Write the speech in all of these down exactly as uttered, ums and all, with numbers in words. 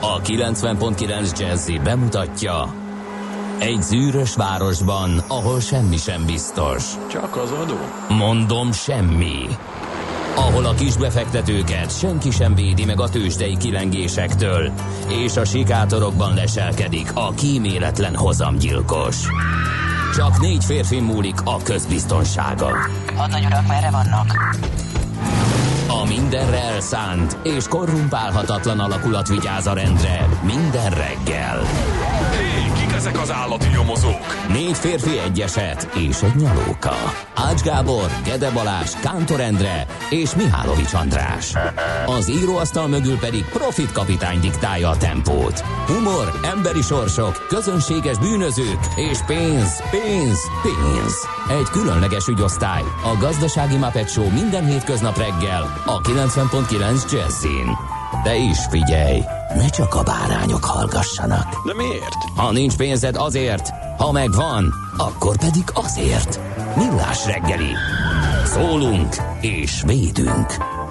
A kilencven pont kilenc Jazzy bemutatja: egy zűrös városban, ahol semmi sem biztos. Csak az adó? Mondom, semmi. Ahol a kisbefektetőket senki sem védi meg a tőzsdei kilengésektől, és a sikátorokban leselkedik a kíméletlen hozamgyilkos. Csak négy férfi múlik a közbiztonsága. Hadnagy urak, merre vannak? A mindenre elszánt és korrumpálhatatlan alakulat vigyáz a rendre minden reggel. Hé, kik ezek az állati nyomozók? Négy férfi, egy eset és egy nyalóka. Ács Gábor, Gede Balázs, Kántor Endre és Mihálovics András. Az íróasztal mögül pedig Profit kapitány diktálja a tempót. Humor, emberi sorsok, közönséges bűnözők és pénz, pénz, pénz. Egy különleges ügyosztály, a Gazdasági Muppet Show minden hétköznap reggel a kilencven pont kilenc Jazzin. De is figyelj, ne csak a bárányok hallgassanak. De miért? Ha nincs pénzed, azért, ha megvan, akkor pedig azért. Millás reggeli. Szólunk és védünk.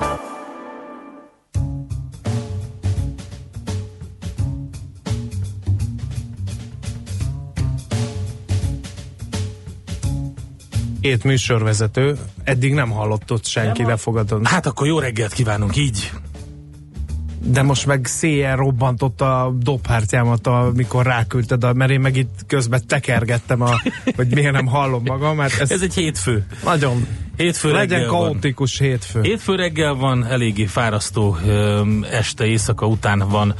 Két műsorvezető, eddig nem hallott ott senki lefogadott. Hát akkor jó reggelt kívánunk így. De most meg széjjel robbantott a dobhártyámat, amikor ráküldted, mert én meg itt közben tekergettem, a, hogy miért nem hallom magam. Mert ez, ez egy hétfő. Nagyon. Hétfő legyen kaotikus van. hétfő. Hétfő reggel van, eléggé fárasztó, este, éjszaka után van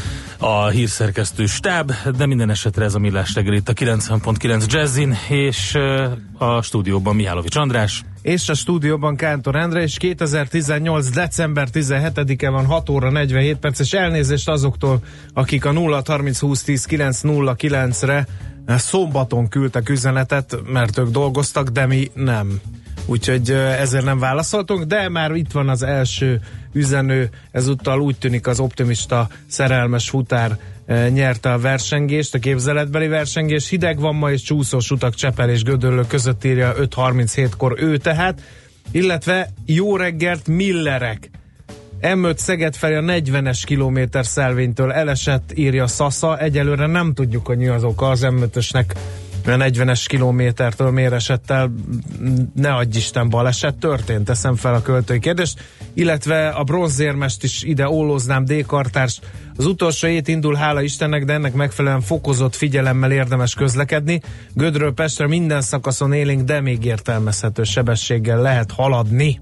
a hírszerkesztő stáb, de minden esetre ez a Millás reggel itt a kilencven pont kilenc Jazzin, és a stúdióban Mihálovics András. És a stúdióban Kántor Endre, és kétezer-tizennyolc. december tizenhetedike van, hat óra negyvenhét perc, és elnézést azoktól, akik a nulla harminc húsz tíz kilenc nulla kilencre szombaton küldtek üzenetet, mert ők dolgoztak, de mi nem. Úgyhogy ezért nem válaszoltunk, de már itt van az első üzenő, ezúttal úgy tűnik az optimista szerelmes futár nyerte a versengést, a képzeletbeli versengés. Hideg van ma, és csúszós utak Csepel és Gödöllő között, írja öt harminchétkor ő tehát, illetve jó reggelt Millerek. em öt Szeged felé a negyvenes kilométer szelvénytől elesett, írja Szasza. Egyelőre nem tudjuk, hogy mi az oka az em ötösnek, a negyvenes kilométertől miért esett el, ne adj Isten, baleset történt, teszem fel a költői kérdést, illetve a bronzérmest is ide óloznám, D-kartárs. Az utolsó hét indul, hála Istennek, de ennek megfelelően fokozott figyelemmel érdemes közlekedni. Gödről Pestre minden szakaszon élénk, de még értelmezhető sebességgel lehet haladni.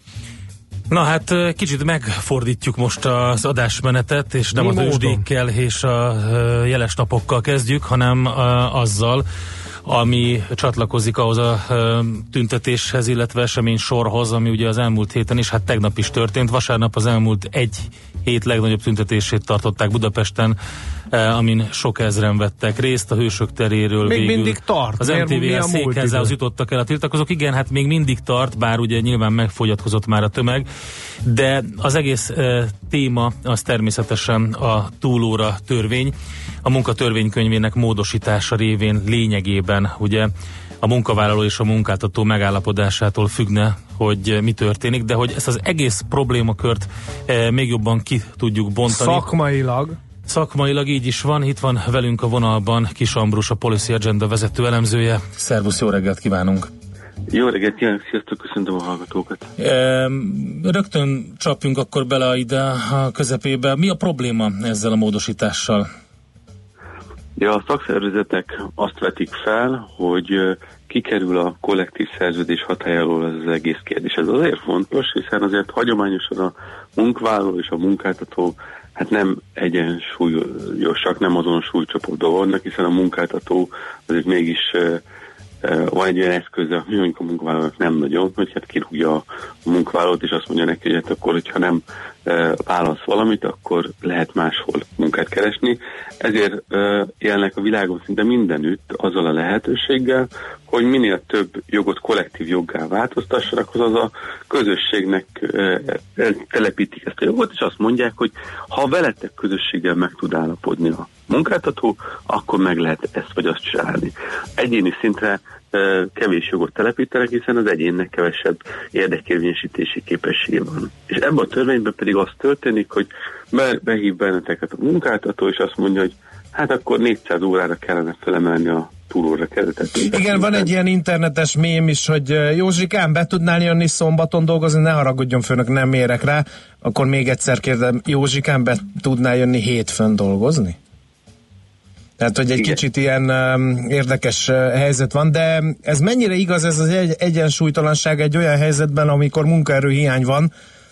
Na hát kicsit megfordítjuk most az adásmenetet, és nem Mi a módon? tőzsdékkel és a jeles napokkal kezdjük, hanem azzal, ami csatlakozik ahhoz a tüntetéshez, illetve esemény sorhoz, ami ugye az elmúlt héten is, hát tegnap is történt. Vasárnap az elmúlt egy hét legnagyobb tüntetését tartották Budapesten, amin sok ezren vettek részt, a Hősök teréről még végül. mindig tart. Az em té vé székházához jutottak el a tiltakozók. Igen, hát még mindig tart, bár ugye nyilván megfogyatkozott már a tömeg, de az egész e, téma az természetesen a túlóra törvény, a munkatörvénykönyvének módosítása révén lényegében ugye a munkavállaló és a munkáltató megállapodásától függne, hogy mi történik, de hogy ezt az egész problémakört e, még jobban ki tudjuk bontani. Szakmailag. Szakmailag így is van, itt van velünk a vonalban Kis Ambrus, a Policy Agenda vezető elemzője. Szervusz, jó reggelt kívánunk! Jó reggelt kívánok, sziasztok, köszöntöm a hallgatókat! E, rögtön csapjunk akkor bele ide a közepébe. Mi a probléma ezzel a módosítással? Ja, a szakszervezetek azt vetik fel, hogy kikerül a kollektív szerződés hatálya alól ez az egész kérdés. Ez azért fontos, hiszen azért hagyományosan a munkavállaló és a munkáltató hát nem egyensúlyosak, nem azon súlycsoportban vannak, hiszen a munkáltató azért mégis uh, van egy olyan eszköze, ami mondjuk a munkavállalónak nem nagyon, hogy hát kirúgja a munkavállalót, és azt mondja neki, hogy hát akkor, hogyha nem uh, válasz valamit, akkor lehet máshol munkát keresni. Ezért uh, élnek a világon szinte mindenütt azzal a lehetőséggel, hogy minél több jogot kollektív joggá változtassanak, azaz a közösségnek uh, telepítik ezt a jogot, és azt mondják, hogy ha veletek közösséggel meg tud állapodni a munkáltató, akkor meg lehet ezt vagy azt csinálni. Egyéni szintre kevés jogot telepítenek, hiszen az egyénnek kevesebb érdekérvényesítési képessége van. És ebben a törvényben pedig az történik, hogy behív benneteket a munkáltató, és azt mondja, hogy hát akkor négyszáz órára kellene felemelni a túlóra keretet. Igen, van egy ilyen internetes mém is, hogy Józsikám, be tudnál jönni szombaton dolgozni, ne haragudjon főnök, nem érek rá. Akkor még egyszer kérdem, Józsikám, be tudnál jönni hétfőn dolgozni? Tehát, hogy egy Igen. kicsit ilyen um, érdekes uh, helyzet van, de ez mennyire igaz, ez az egy, egyensúlytalanság egy olyan helyzetben, amikor munkaerőhiány van,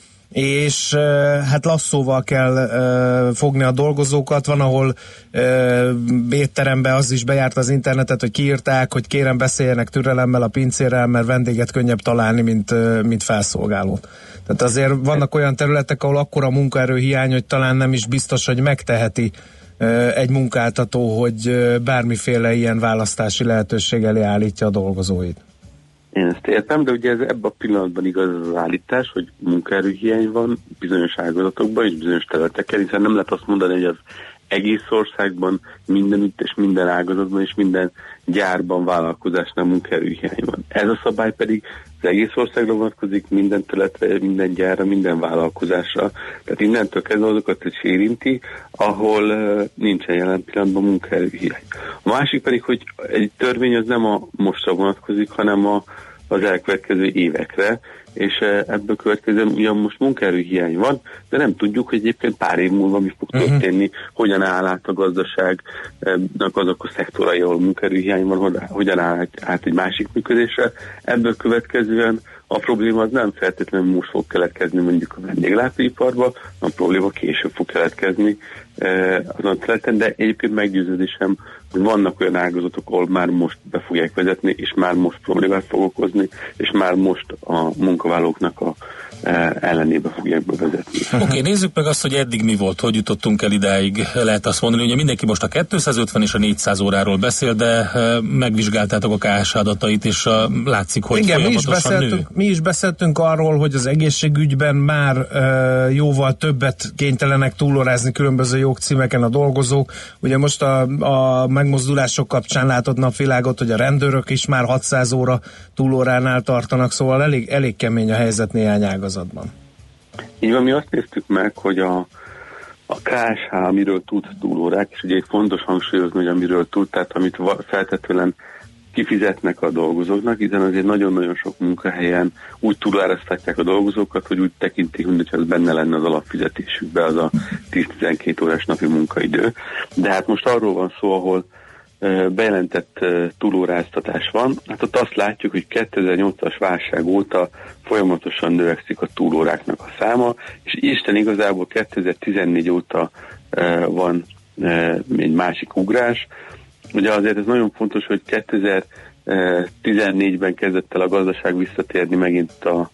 és uh, hát lasszóval kell uh, fogni a dolgozókat, van, ahol uh, étterembe az is bejárt az internetet, hogy kiírták, hogy kérem beszéljenek türelemmel a pincérrel, mert vendéget könnyebb találni, mint, uh, mint felszolgálót. Tehát azért vannak olyan területek, ahol akkora munkaerőhiány, hogy talán nem is biztos, hogy megteheti egy munkáltató, hogy bármiféle ilyen választási lehetőség elé állítja a dolgozóit. Én ezt értem, de ugye ez ebben a pillanatban igaz az állítás, hogy munkaerőhiány van bizonyos ágazatokban és bizonyos területeken, hiszen nem lehet azt mondani, hogy az egész országban mindenütt és minden ágazatban és minden gyárban, vállalkozásnál munkaerőhiány van. Ez a szabály pedig az egész országra vonatkozik, minden területre, minden gyárra, minden vállalkozásra. Tehát innentől kezdve azokat is érinti, ahol uh, nincsen jelen pillanatban munkaerőhiány. A másik pedig, hogy egy törvény az nem a mostra vonatkozik, hanem a, az elkövetkező évekre, és ebből következően ugyan most munkaerőhiány van, de nem tudjuk, hogy egyébként pár év múlva mi fog uh-huh. történni, hogyan áll át a gazdaságnak azok a szektorai, ahol munkaerőhiány van, hogyan áll át egy másik működésre. Ebből következően a probléma az nem feltétlenül most fog keletkezni mondjuk a vendéglátóiparban, a probléma később fog keletkezni eh, azon a területen, de egyébként meggyőződésem, hogy vannak olyan ágazatok, ahol már most be fogják vezetni, és már most problémát fog okozni, és már most a munkavállalóknak a eh, ellenébe fogják bevezetni. Oké, okay, nézzük meg azt, hogy eddig mi volt, hogy jutottunk el idáig, lehet azt mondani, hogy mindenki most a kétszázötven és a négyszáz óráról beszél, de eh, megvizsgáltátok a ká es adatait, és a, látszik, hogy igen, folyamatosan mi is nő. Mi is beszéltünk arról, hogy az egészségügyben már uh, jóval többet kénytelenek túlórázni különböző jogcímeken a dolgozók. Ugye most a, a megmozdulások kapcsán látott napvilágot, hogy a rendőrök is már hatszáz óra túlóránál tartanak, szóval elég, elég kemény a helyzet néhány ágazatban. Így van, mi azt néztük meg, hogy a, a ká es há amiről tud túlórák, és ugye egy fontos hangsúlyozni, hogy amiről tud, tehát amit feltétlenül kifizetnek a dolgozóknak, hiszen azért nagyon-nagyon sok munkahelyen úgy túlárasztatják a dolgozókat, hogy úgy tekintik, mintha ez benne lenne az alapfizetésükbe, az a tíz-tizenkét órás napi munkaidő. De hát most arról van szó, ahol uh, bejelentett uh, túlóráztatás van. Hát ott azt látjuk, hogy kétezer-nyolcas válság óta folyamatosan növekszik a túlóráknak a száma, és Isten igazából kétezer-tizennégy óta uh, van uh, egy másik ugrás. Ugye azért ez nagyon fontos, hogy kétezer-tizennégyben kezdett el a gazdaság visszatérni megint a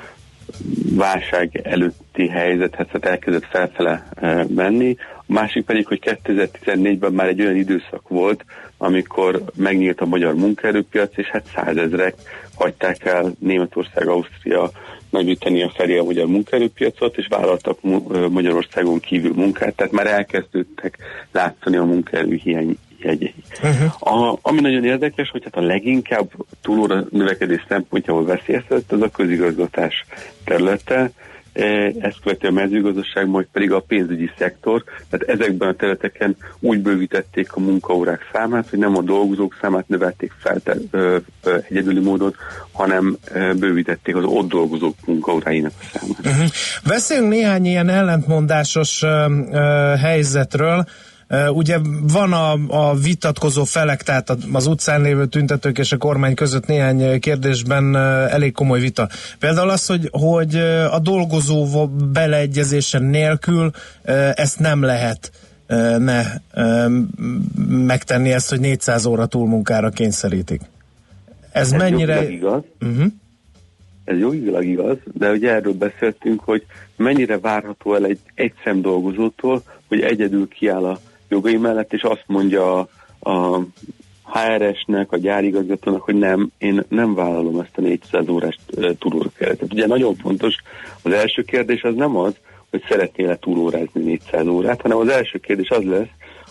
válság előtti helyzethez, tehát elkezdett felfele menni. A másik pedig, hogy kétezer-tizennégyben már egy olyan időszak volt, amikor megnyílt a magyar munkaerőpiac, és hát százezrek hagyták el Németország, Ausztria, Nagy-Britannia felé a magyar munkaerőpiacot, és vállaltak Magyarországon kívül munkát, tehát már elkezdődtek látszani a munkaerőhiány jegyei. Uh-huh. A, ami nagyon érdekes, hogy hát a leginkább túlóra növekedés szempontjából veszélyeztetett, az a közigazgatás területe, ezt követi a mezőgazdaság, majd pedig a pénzügyi szektor, tehát ezekben a területeken úgy bővítették a munkaórák számát, hogy nem a dolgozók számát növelték fel te, ö, ö, egyedüli módon, hanem ö, bővítették az ott dolgozók munkaóráinak a számát. Uh-huh. Beszéljünk néhány ilyen ellentmondásos ö, ö, helyzetről. Uh, ugye van a, a vitatkozó felek, tehát az utcán lévő tüntetők és a kormány között néhány kérdésben uh, elég komoly vita. Például az, hogy, hogy uh, a dolgozó beleegyezése nélkül uh, ezt nem lehet uh, ne, uh, megtenni, ezt, hogy négyszáz óra túlmunkára kényszerítik. Ez, Ez mennyire... igaz. Uh-huh. Ez jogilag igaz, de ugye erről beszéltünk, hogy mennyire várható el egy egyszem dolgozótól, hogy egyedül kiáll a jogai mellett, és azt mondja a, a há er es-nek, a gyárigazgatónak, hogy nem, én nem vállalom ezt a négyszáz órás e, túlórakeretet. Ugye nagyon fontos, az első kérdés az nem az, hogy szeretnél-e túlórázni négyszáz órát, hanem az első kérdés az lesz,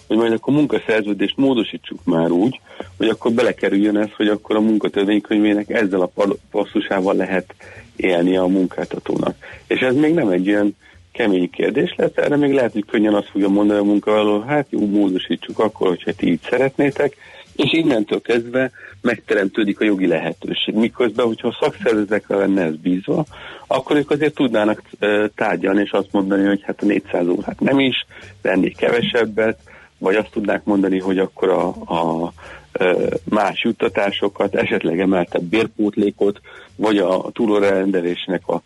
hogy majd akkor munkaszerződést módosítsuk már úgy, hogy akkor belekerüljön ez, hogy akkor a munkatörvénykönyvének ezzel a passzusával lehet élnie a munkáltatónak. És ez még nem egy olyan kemény kérdés lesz, erre még lehet, hogy könnyen azt fogja mondani a munkavállaló, hát jó, módosítsuk akkor, hogyha ti így szeretnétek, és innentől kezdve megteremtődik a jogi lehetőség. Miközben, hogyha a szakszervezetekre lenne ez bízva, akkor ők azért tudnának e, tárgyalni, és azt mondani, hogy hát a négyszáz órát nem is, lenni kevesebbet, vagy azt tudnák mondani, hogy akkor a, a e, más juttatásokat, esetleg emeltebb bérpótlékot, vagy a túlóra rendelésnek a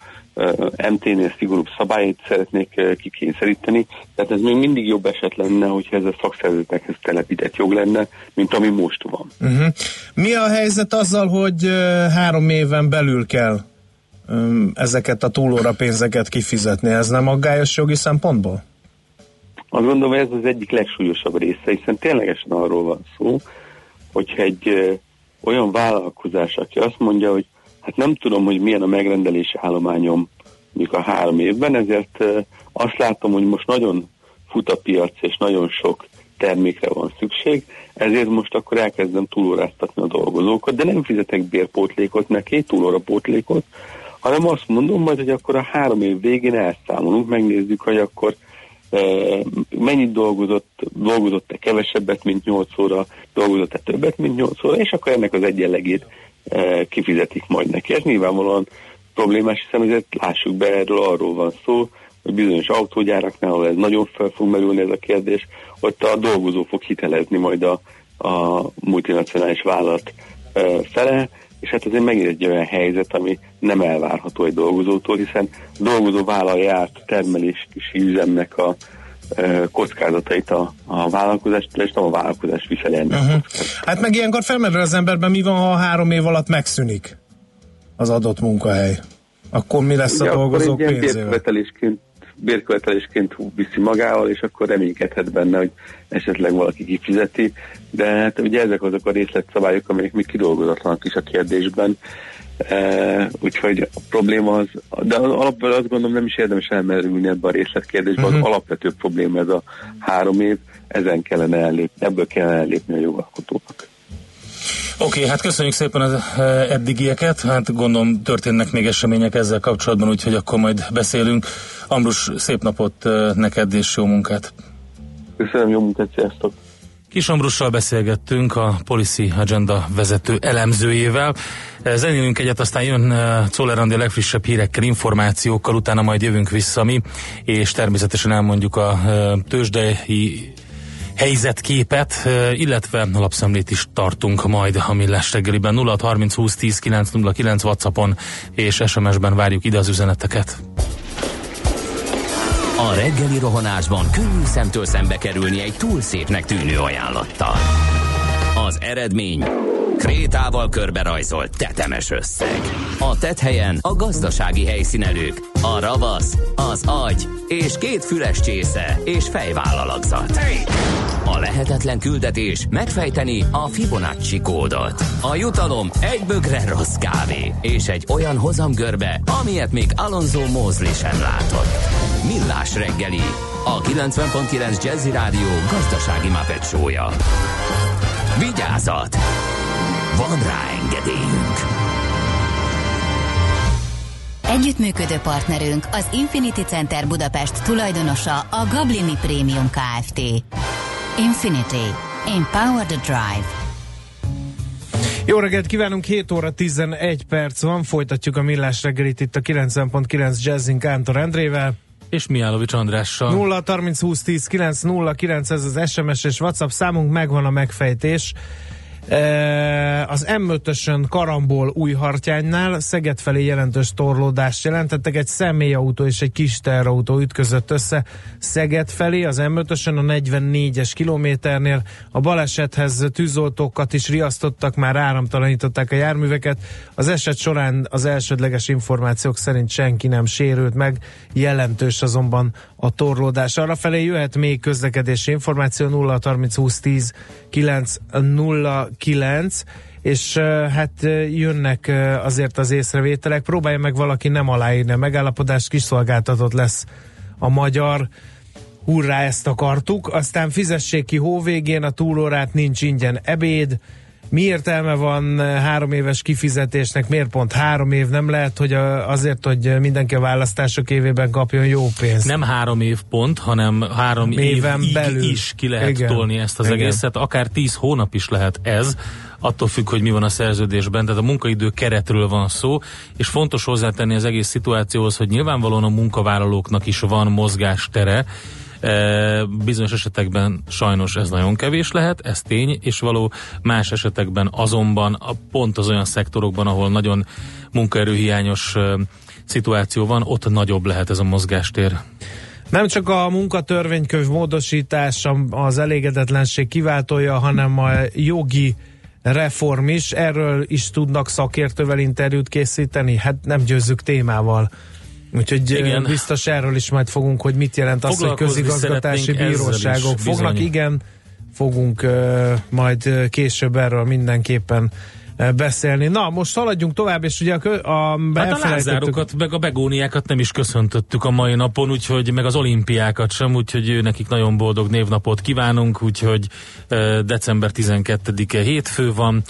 em té-nél szigorúbb szabályait szeretnék kikényszeríteni. Tehát ez még mindig jobb eset lenne, hogyha ez a szakszervezetekhez telepített jog lenne, mint ami most van. Uh-huh. Mi a helyzet azzal, hogy uh, három éven belül kell um, ezeket a túlóra pénzeket kifizetni? Ez nem aggályos jogi szempontból? Azt gondolom, hogy ez az egyik legsúlyosabb része, hiszen ténylegesen arról van szó, hogyha egy uh, olyan vállalkozás, aki azt mondja, hogy hát nem tudom, hogy milyen a megrendelési állományom mondjuk a három évben, ezért uh, azt látom, hogy most nagyon fut a piac, és nagyon sok termékre van szükség, ezért most akkor elkezdem túlóráztatni a dolgozókat, de nem fizetek bérpótlékot neki, túlórapótlékot, hanem azt mondom majd, hogy akkor a három év végén elszámolunk, megnézzük, hogy akkor uh, mennyit dolgozott, dolgozott-e kevesebbet, mint nyolc óra, dolgozott-e többet, mint nyolc óra, és akkor ennek az egyenlegét kifizetik majd neki. Ez nyilvánvalóan problémás, hiszen azért lássuk be, erről arról van szó, hogy bizonyos autógyáraknál, ahol ez nagyon fel fog merülni ez a kérdés, ott a dolgozó fog hitelezni majd a, a multinacionális vállalat e, fele, és hát azért megint egy olyan helyzet, ami nem elvárható egy dolgozótól, hiszen a dolgozó vállalja át termelési üzemnek a kockázatait a, a vállalkozástól, és nem a vállalkozás viseli ennek. Uh-huh. Hát meg ilyenkor felmerül az emberben, mi van, ha három év alatt megszűnik az adott munkahely? Akkor mi lesz ugye a dolgozók pénzével? Bérkövetelésként, bérkövetelésként viszi magával, és akkor reménykedhet benne, hogy esetleg valaki kifizeti, de hát ugye ezek azok a részletszabályok, amelyek még kidolgozatlanak is a kérdésben. Uh, úgyhogy a probléma az, de alapvetően azt gondolom, nem is érdemes elmerülni ebbe a részletkérdésbe, uh-huh. Az alapvető probléma ez a három év, ezen kellene ellépni, ebből kellene ellépni a jogalkotóknak. Oké, okay, hát köszönjük szépen az eddigieket, hát gondolom történnek még események ezzel kapcsolatban, úgyhogy akkor majd beszélünk. Ambrus, szép napot neked és jó munkát! Köszönöm, jó munkát, sziasztok! Kis Ambrussal beszélgettünk, a Policy Agenda vezető elemzőjével. Zenélünk egyet, aztán jön Czoller Andi a legfrissebb hírekkel, információkkal, utána majd jövünk vissza mi, és természetesen elmondjuk a tőzsdei helyzetképet, illetve lapszemlét is tartunk majd a Millás reggeliben. nulla hat harminc húsz tíz kilenc nulla kilenc WhatsAppon és es em es-ben várjuk ide az üzeneteket. A reggeli rohanásban könnyű szemtől szembe kerülni egy túl szépnek tűnő ajánlattal. Az eredmény krétával körberajzolt tetemes összeg. A tetthelyen a gazdasági helyszínelők, a ravasz, az agy és két füles csésze és fejvállalakzat. A lehetetlen küldetés megfejteni a Fibonacci kódot. A jutalom egy bögre rossz kávé és egy olyan hozamgörbe, amilyet még Alonso Mosley sem látott. Millás reggeli, a kilencven pont kilenc Jazzy Rádió gazdasági Muppet show-ja. Vigyázat! Van rá engedélyünk! Együttműködő partnerünk az Infinity Center Budapest tulajdonosa a Gablini Premium Kft. Infinity. Empower the Drive. Jó reggelt kívánunk, hét óra tizenegy perc van, folytatjuk a Millás reggelit itt a kilencven pont kilenc Jazzin Kántor Endrével. És Mihálovics Andrással. nulla harminc húsz tíz kilenc nulla kilenc ez az es em es és WhatsApp számunk, megvan a megfejtés. Az em ötösön Karambol Újhartyánynál Szeged felé jelentős torlódást jelentettek, egy személyautó és egy kis teherautó ütközött össze Szeged felé, az em ötösön a negyvennégyes kilométernél. A balesethez tűzoltókat is riasztottak, már áramtalanították a járműveket. Az eset során az elsődleges információk szerint senki nem sérült meg, jelentős azonban a torlódás. Arrafelé jöhet még közlekedési információ, nulla harminc húsz tíz kilenc nulla kilenc, és uh, hát uh, jönnek uh, azért az észrevételek. Próbálja meg valaki nem aláírni a megállapodást, kiszolgáltatott lesz a magyar hurrá, ezt akartuk, aztán fizessék ki hóvégén a túlórát, nincs ingyen ebéd. Mi értelme van három éves kifizetésnek, miért pont három év? Nem lehet, hogy azért, hogy mindenki a választások évében kapjon jó pénzt. Nem három év pont, hanem három éven évig belül is ki lehet igen. tolni ezt az igen. egészet, akár tíz hónap is lehet ez, attól függ, hogy mi van a szerződésben, tehát a munkaidő keretről van szó, és fontos hozzátenni az egész szituációhoz, hogy nyilvánvalóan a munkavállalóknak is van mozgástere, E, bizonyos esetekben sajnos ez nagyon kevés lehet, ez tény, és való, más esetekben azonban a, pont az olyan szektorokban, ahol nagyon munkaerőhiányos e, szituáció van, ott nagyobb lehet ez a mozgástér. Nem csak a munkatörvénykönyv módosítása az elégedetlenség kiváltója, hanem a jogi reform is, erről is tudnak szakértővel interjút készíteni, hát nem győzzük témával. Úgyhogy igen. Biztos erről is majd fogunk, hogy mit jelent az, hogy közigazgatási bíróságok fognak. Bizony. Igen, fogunk uh, majd később erről mindenképpen uh, beszélni. Na, most haladjunk tovább, és ugye a, a, hát a Lázárokat, meg a begóniákat nem is köszöntöttük a mai napon, úgyhogy meg az olimpiákat sem, úgyhogy nekik nagyon boldog névnapot kívánunk, úgyhogy uh, december tizenkettedike hétfő van,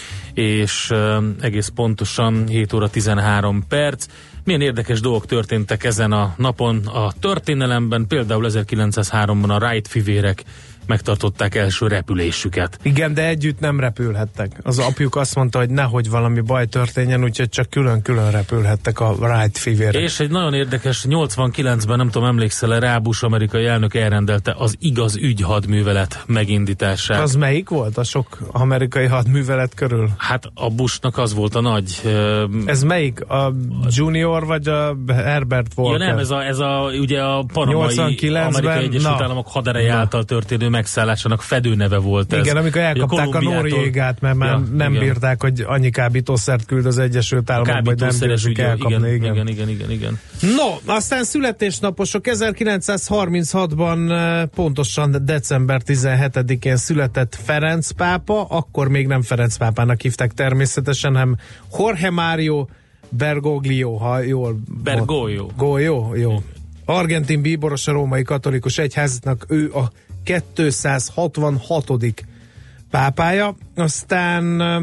és uh, egész pontosan hét óra tizenhárom perc. Milyen érdekes dolgok történtek ezen a napon a történelemben, például ezerkilencszázháromban a Wright fivérek megtartották első repülésüket. Igen, de együtt nem repülhettek. Az apjuk azt mondta, hogy nehogy valami baj történjen, úgyhogy csak külön-külön repülhettek a Wright fivérek. És egy nagyon érdekes, nyolcvankilencben, nem tudom, emlékszel-e rá, Bush amerikai elnök elrendelte az igaz ügy hadművelet megindítását. Az melyik volt a sok amerikai hadművelet körül? Hát a Bushnak az volt a nagy... Uh, ez melyik? A Junior vagy a Herbert Walker? Ja nem, ez a, ez a ugye a panamai Amerikai Egyesült Államok hadereje által történő megszállásának fedőneve volt ez. Igen, amikor elkapták a Norjégát, mert már ja, nem igen. bírták, hogy annyi kábítószert küld az Egyesült Államok, hogy nem bírjuk elkapni. Igen, igen. Igen, igen, igen, igen. No, aztán születésnaposok. ezerkilencszázharminchatban pontosan december tizenhetedikén született Ferenc pápa, akkor még nem Ferenc pápának hívták természetesen, hanem Jorge Mario Bergoglio, ha jól... Bergoglio. Golyó, jó. Argentin bíboros, a római katolikus egyháznak ő a kétszázhatvanhatodik pápája, aztán uh,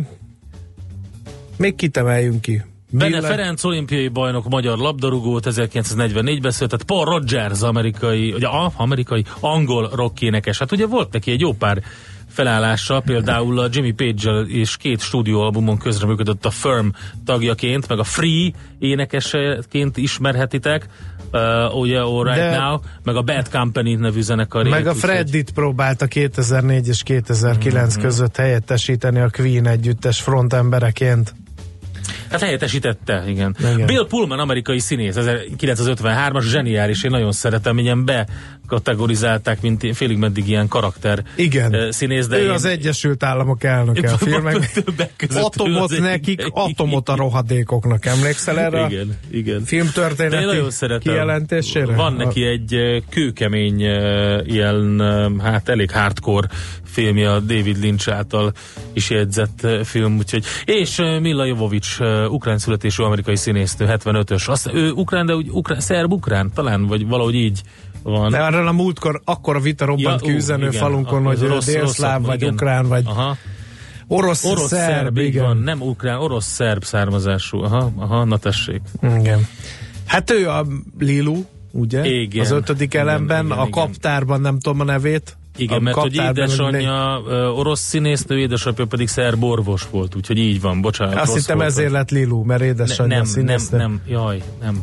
még kitemeljünk ki. Benne Bille... Ferenc olimpiai bajnok, magyar labdarúgót ezerkilencszáznegyvennégyben született, Paul Rodgers amerikai, ugye a, amerikai angol rock énekes. Hát ugye volt neki egy jó pár felállása, például a Jimmy Page-el és két stúdióalbumon közreműködött a Firm tagjaként, meg a Free énekeseként ismerhetitek, uh, ugye All Right De Now, meg a Bad Company nevű zenekarét. Meg a Freddit próbálta kétezer-négy és kétezer-kilenc mm-hmm. között helyettesíteni a Queen együttes frontembereként. Hát helyettesítette, igen. igen. Bill Pullman, amerikai színész, ezerkilencszázötvenhármas, zseniális, én nagyon szeretem, ilyen bekategorizálták, mint félig meddig ilyen karakter igen. színész. De ő én... az Egyesült Államok elnöke a filmek. Atomot nekik, atomot a rohadékoknak. Emlékszel erre? Igen, igen. Filmtörténeti kijelentésére? Van neki egy kőkemény, ilyen, hát elég hardcore filmje, a David Lynch által is jegyzett film, úgyhogy. És Milla Jovovich, ukrán születésű amerikai színésznő, hetvenötös. Azt, ő ukrán, de úgy ukrán, szerb-ukrán talán, vagy valahogy így van. De arra a múltkor akkora vita robbant ja, ki üzenőfalunkon, hogy rossz, délszláv, vagy igen. ukrán, vagy aha. orosz, orosz szerb, szerb igen. Van, nem ukrán, orosz szerb származású. Aha, aha, na tessék. Igen. Hát ő a Lilu, ugye? Igen. Az ötödik igen, elemben, igen, a igen. kaptárban nem tudom a nevét. Igen, mert hogy édesanyja orosz színésznő, édesapja pedig szerb orvos volt, úgyhogy így van, bocsánat. Azt hittem volt, ezért lett Lilu, mert édesanyja ne, nem, színésznő. Nem, nem, jaj, nem.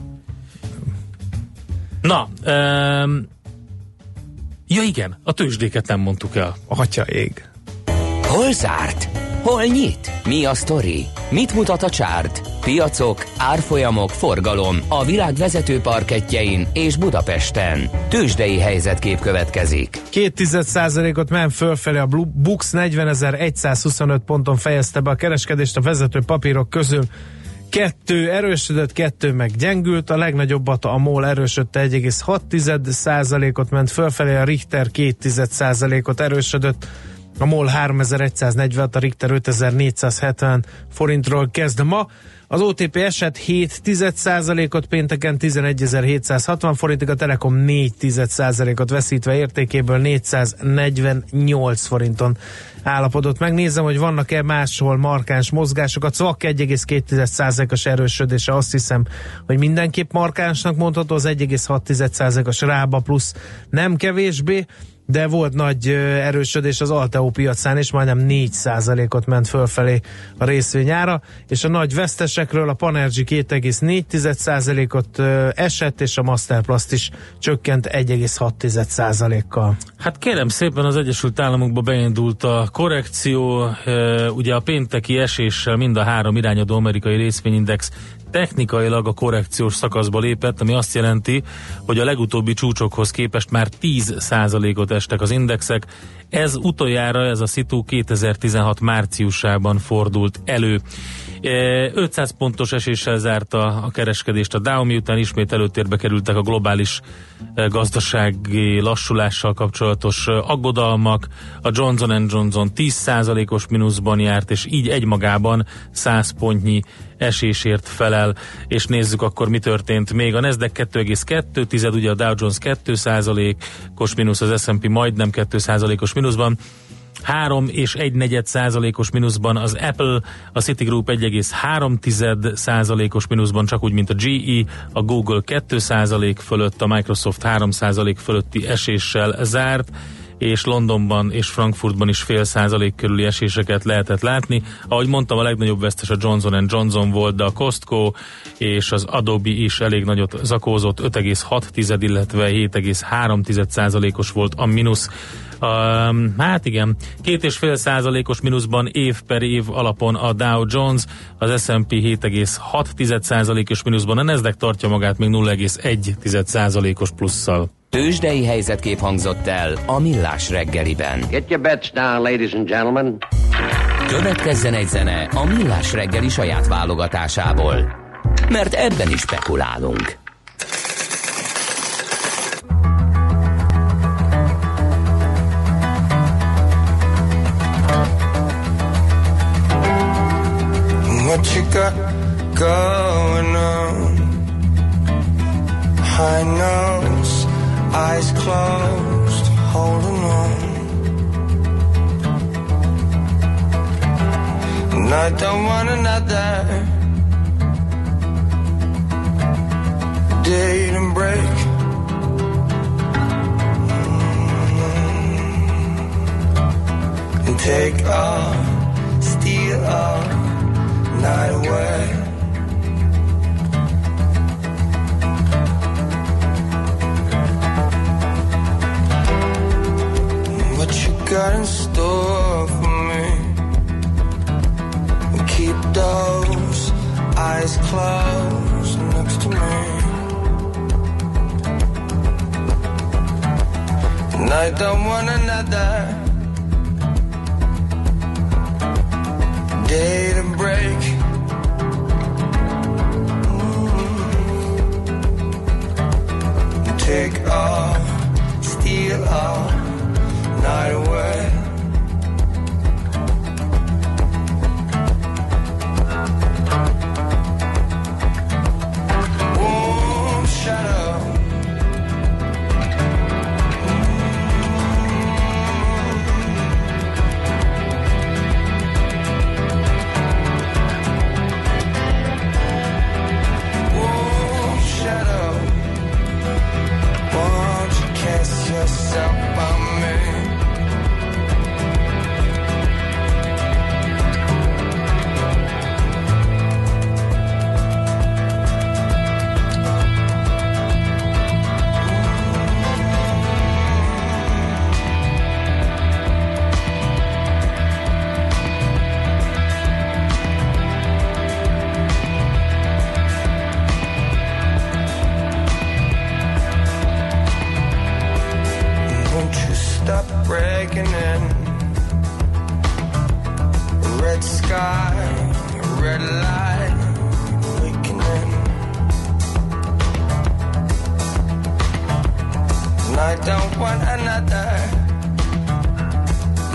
Na, um, ja igen, a tőzsdéket nem mondtuk el. Atya ég. Hol zárt? Hol nyit? Mi a sztori? Mit mutat a csárt? Piacok, árfolyamok, forgalom a világ vezető parkettjein és Budapesten. Tőzsdei helyzetkép következik. Két tized százalékot ment fölfelé a Bux, negyvenezer-egyszázhuszonöt ponton fejezte be a kereskedést a vezető papírok közül. Kettő erősödött, kettő meg gyengült, a legnagyobbat a MOL erősödte egy egész hat százalékot ment fölfelé, a Richter két százalékot erősödött, a MOL háromezer-egyszáznegyven, a Richter ötezer-négyszázhetven forintról kezd ma. Az o té pé esett hét tized százalékot, pénteken tizenegyezer-hétszázhatvan forintig, a Telekom négy tized százalékot veszítve értékéből négyszáznegyvennyolc forinton állapodott meg. Nézzem, hogy vannak-e máshol markáns mozgások. A cvak egy egész két tized százalékos erősödése, azt hiszem, hogy mindenképp markánsnak mondható, az egy egész hat tized százalékos Rába plusz nem kevésbé, de volt nagy erősödés az Alteo piacán, és majdnem négy százalékot ment fölfelé a részvényára, és a nagy vesztesekről a Panergy két egész négy tized százalékot esett, és a Masterplast is csökkent egy egész hat tized százalékkal. Hát kérem szépen, az Egyesült Államokban beindult a korrekció, ugye a pénteki eséssel mind a három irányadó amerikai részvényindex technikailag a korrekciós szakaszba lépett, ami azt jelenti, hogy a legutóbbi csúcsokhoz képest már tíz százalékot estek az indexek. Ez utoljára, ez a szitu kétezer-tizenhat márciusában fordult elő. ötszáz pontos eséssel zárta a kereskedést a Dow, miután ismét előtérbe kerültek a globális gazdasági lassulással kapcsolatos aggodalmak. A Johnson and Johnson tíz százalékos mínuszban járt, és így egymagában száz pontnyi esésért felel, és nézzük akkor, mi történt még. A Nasdaq két egész kettő tized, ugye a Dow Jones két százalékos mínusz, az es and pé majdnem két százalékos mínuszban, három és egy negyed százalékos mínuszban az Apple, a Citigroup egy egész három tized százalékos mínuszban, csak úgy, mint a gé é, a Google két százalék fölött, a Microsoft három százalék fölötti eséssel zárt, és Londonban és Frankfurtban is fél százalék körüli eséseket lehetett látni. Ahogy mondtam, a legnagyobb vesztes a Johnson and Johnson volt, de a Costco és az Adobe is elég nagyot zakózott, öt egész hat tized, illetve hét egész három tized százalékos volt a mínusz. Um, hát igen, két és fél százalékos mínuszban év per év alapon a Dow Jones, az es and pé hét egész hat tized százalékos mínuszban, a Nasdaq tartja magát még nulla egész egy tized százalékos plusszal. Tőzsdei helyzetkép hangzott el a Millás reggeliben. Get your bets down, ladies and gentlemen. Következzen egy zene a Millás reggeli saját válogatásából, mert ebben is spekulálunk. What you got going on? High nose, eyes closed, holding on. And I don't want another date and break. Mm-hmm. And take off, steal off, night away. What you got in store for me? Keep those eyes closed next to me. And I don't want another day to break. Mm-hmm. Take off, steal off, night away. Warm shadow. Yourself on me. Stop breaking in. Red sky, red light, awakening. And I don't want another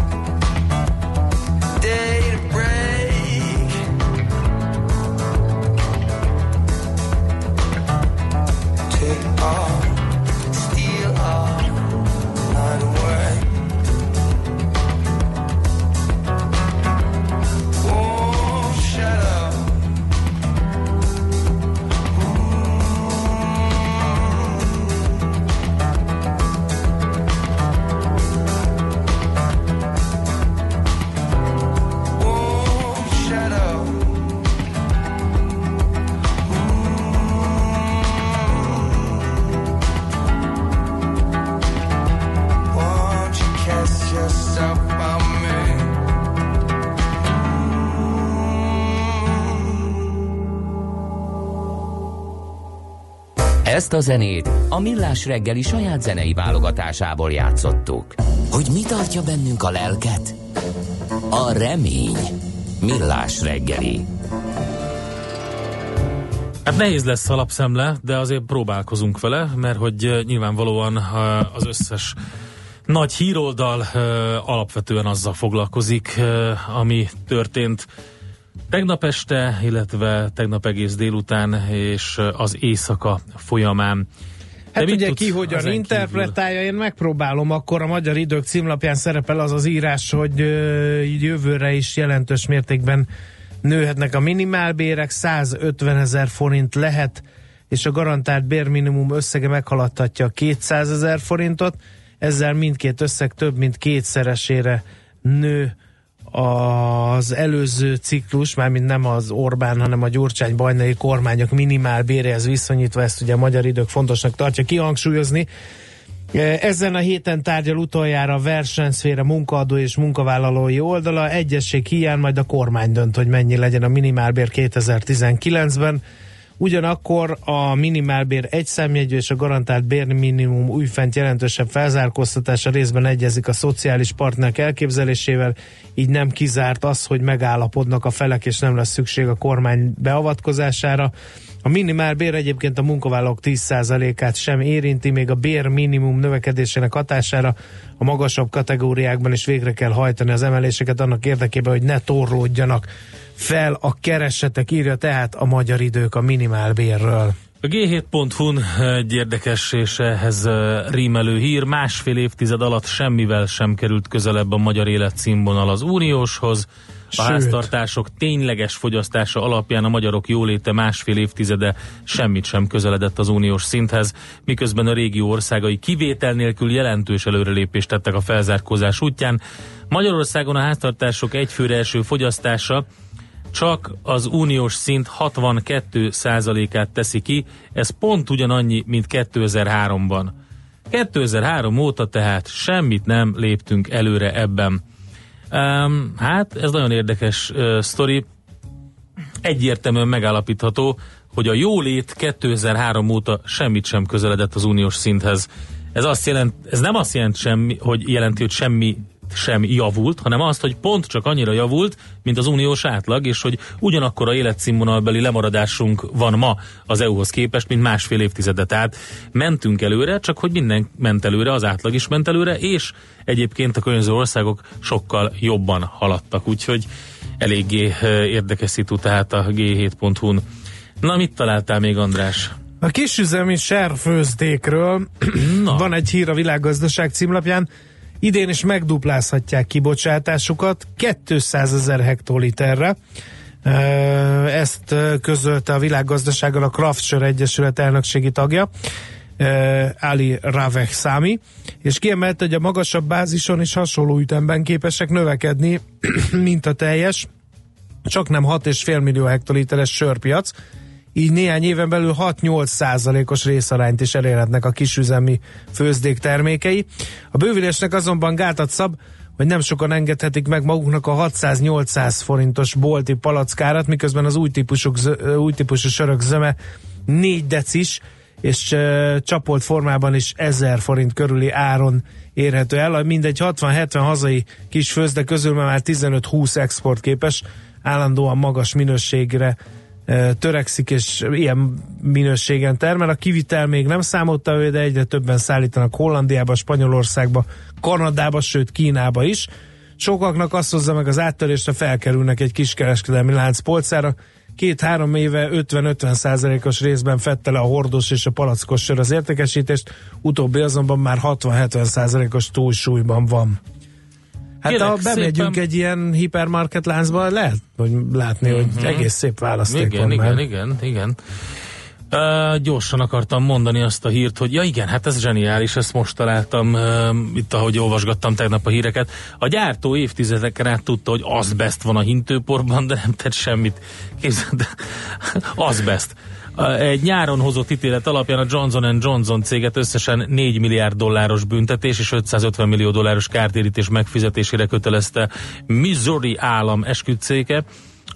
day to break. Ezt a zenét a Millás reggeli saját zenei válogatásából játszottuk. Hogy mi tartja bennünk a lelket? A remény. Millás reggeli. Hát nehéz lesz a lapszemle, de azért próbálkozunk vele, mert hogy nyilvánvalóan az összes nagy híroldal alapvetően azzal foglalkozik, ami történt tegnap este, illetve tegnap egész délután és az éjszaka folyamán. Hát de ugye ki hogyan interpretálja, én megpróbálom, akkor a Magyar Idők címlapján szerepel az az írás, hogy uh, jövőre is jelentős mértékben nőhetnek a minimálbérek, százötvenezer forint lehet, és a garantált bérminimum összege meghaladhatja a kétszázezer forintot, ezzel mindkét összeg több mint kétszeresére nő az előző ciklus, mármint nem az Orbán, hanem a Gyurcsány-Bajnai kormányok minimálbéréhez viszonyítva, ezt ugye a Magyar Idők fontosnak tartja kihangsúlyozni. Ezen a héten tárgyal utoljára a versenyszféra munkaadó és munkavállalói oldala, egyesség hiány majd a kormány dönt, hogy mennyi legyen a minimálbér kétezer-tizenkilencben. Ugyanakkor a minimálbér egyszámjegyű és a garantált bérminimum újfent jelentősebb felzárkóztatása részben egyezik a szociális partnerek elképzelésével, így nem kizárt az, hogy megállapodnak a felek, és nem lesz szükség a kormány beavatkozására. A minimálbér egyébként a munkavállalók tíz százalékát sem érinti, még a bérminimum növekedésének hatására a magasabb kategóriákban is végre kell hajtani az emeléseket annak érdekében, hogy ne torlódjanak fel a keresetek, írja tehát a Magyar Idők a minimálbérről. A gé hét pont hu-n egy érdekes és ehhez rímelő hír. Másfél évtized alatt semmivel sem került közelebb a magyar életszínvonal az unióshoz. A Sőt. háztartások tényleges fogyasztása alapján a magyarok jóléte másfél évtizede semmit sem közeledett az uniós szinthez, miközben a régió országai kivétel nélkül jelentős előrelépést tettek a felzárkózás útján. Magyarországon a háztartások egyfőre eső fogyasztása csak az uniós szint hatvankét százalékát teszi ki, ez pont ugyanannyi, mint kétezer-háromban. kétezer-három óta tehát semmit nem léptünk előre ebben. Um, hát ez nagyon érdekes uh, sztori. Egyértelműen megállapítható, hogy a jólét kétezer-három óta semmit sem közeledett az uniós szinthez. Ez, azt jelent, ez nem azt jelent, semmi, hogy jelenti, hogy semmi sem javult, hanem azt, hogy pont csak annyira javult, mint az uniós átlag, és hogy ugyanakkor a életszínvonalbeli lemaradásunk van ma az é u-hoz képest, mint másfél évtizedet. Tehát mentünk előre, csak hogy minden ment előre, az átlag is ment előre, és egyébként a környező országok sokkal jobban haladtak, úgyhogy eléggé érdekes szitu tehát a gé hét pont hu-n. Na, mit találtál még, András? A kisüzemi serfőzdékről van egy hír a Világgazdaság címlapján. Idén is megduplázhatják kibocsátásukat kétszázezer hektoliterre. Ezt közölte a Világgazdasággal a Kraft Sör Egyesület elnökségi tagja, Ali Raveh Sami, és kiemelte, hogy a magasabb bázison is hasonló ütemben képesek növekedni, mint a teljes, csak nem hat egész öt millió hektoliteres sörpiac, így néhány éven belül hat-nyolc százalékos részarányt is elérhetnek a kisüzemi főzdék termékei. A bővülésnek azonban gátat szab, hogy nem sokan engedhetik meg maguknak a hatszáz-nyolcszáz forintos bolti palackárat, miközben az új típusú, új típusú sörök zöme négy decis, és uh, csapolt formában is ezer forint körüli áron érhető el. Mindegy hatvan-hetven hazai kis főzde közül már tizenöt-húsz exportképes, állandóan magas minőségre törekszik, és ilyen minőségen termel. A kivitel még nem számolta ő, de egyre többen szállítanak Hollandiába, Spanyolországba, Kanadába, sőt Kínába is. Sokaknak azt hozza meg az áttörésre, felkerülnek egy kiskereskedelmi lánc polcára. Két-három éve ötven-ötven százalékos részben fette le a hordós és a palackos sör az értékesítést, utóbbi azonban már hatvan-hetven százalékos túlsúlyban van. Hát Kérlek, ha bemegyünk szépen egy ilyen hipermarket láncba, lehet hogy látni, hogy uh-huh. egész szép választék igen, van igen, már. Igen, igen, uh, gyorsan akartam mondani azt a hírt, hogy ja igen, hát ez zseniális, ezt most találtam uh, itt, ahogy olvasgattam tegnap a híreket. A gyártó évtizedeken át tudta, hogy azbest van a hintőporban, de nem tett semmit. Képzeld, azbest. Egy nyáron hozott ítélet alapján a Johnson and Johnson céget összesen négy milliárd dolláros büntetés és ötszázötven millió dolláros kártérítés megfizetésére kötelezte Missouri állam esküdtszéke.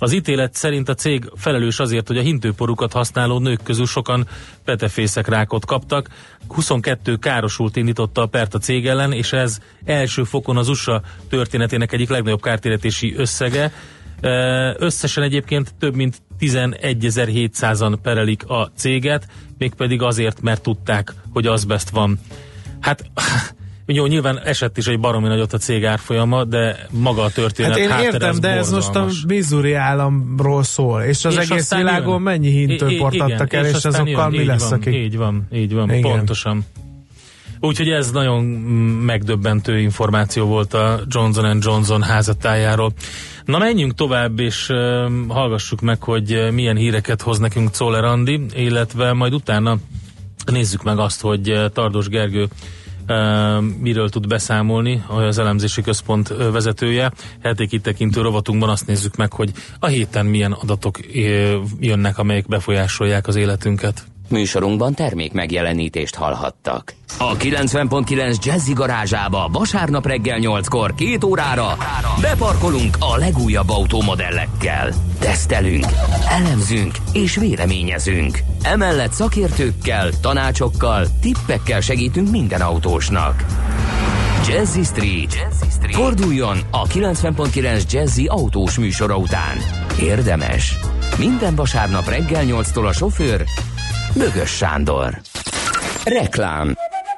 Az ítélet szerint a cég felelős azért, hogy a hintőporukat használó nők közül sokan petefészekrákot kaptak. huszonkettő károsult indította a pert a cég ellen, és ez első fokon az u es á történetének egyik legnagyobb kártérítési összege. Összesen egyébként több mint tizenegyezer-hétszázan perelik a céget, mégpedig azért, mert tudták, hogy azbest van. Hát jó, nyilván esett is egy baromi nagyot a cég árfolyama, de maga a történet hát én háttere, értem, ez de ez most a Missouri államról szól, és az és egész világon jön. Mennyi hintőport adtak el, és, és azokkal jön. mi így lesz, van, akik... Így van, így van, igen. Pontosan. Úgyhogy ez nagyon megdöbbentő információ volt a Johnson and Johnson házatájáról. Na menjünk tovább, és uh, hallgassuk meg, hogy milyen híreket hoz nekünk Czoller Andi, illetve majd utána nézzük meg azt, hogy Tardos Gergő Uh, miről tud beszámolni az elemzési központ uh, vezetője. Heti kitekintő rovatunkban azt nézzük meg, hogy a héten milyen adatok uh, jönnek, amelyek befolyásolják az életünket. Műsorunkban termék megjelenítést hallhattak. A kilencven pont kilenc Jazzy garázsába vasárnap reggel nyolckor két órára beparkolunk a legújabb autómodellekkel. Tesztelünk, elemzünk és véleményezünk. Emellett szakértőkkel, tanácsokkal, tippekkel segítünk minden autósnak. Jazzy Street. Jazzy Street. Forduljon a kilencven pont kilenc Jazzy autós műsora után. Érdemes. Minden vasárnap reggel nyolctól a sofőr Bögös Sándor. Reklám.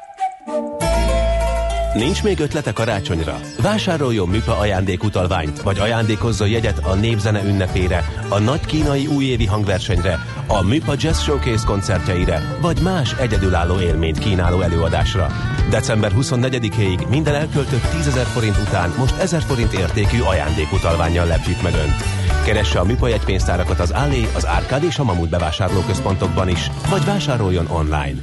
Nincs még ötlete karácsonyra? Vásároljon Műpa ajándékutalványt, vagy ajándékozzon jegyet a Népzene ünnepére, a nagy kínai újévi hangversenyre, a Műpa Jazz Showcase koncertjeire, vagy más egyedülálló élményt kínáló előadásra. december huszonnegyedikéig minden elköltött tízezer forint után most ezer forint értékű ajándékutalvánnyal lepjük meg Önt. Keresse a Műpa jegypénztárakat az Allé, az Árkád és a Mamut bevásárlóközpontokban is, vagy vásároljon online.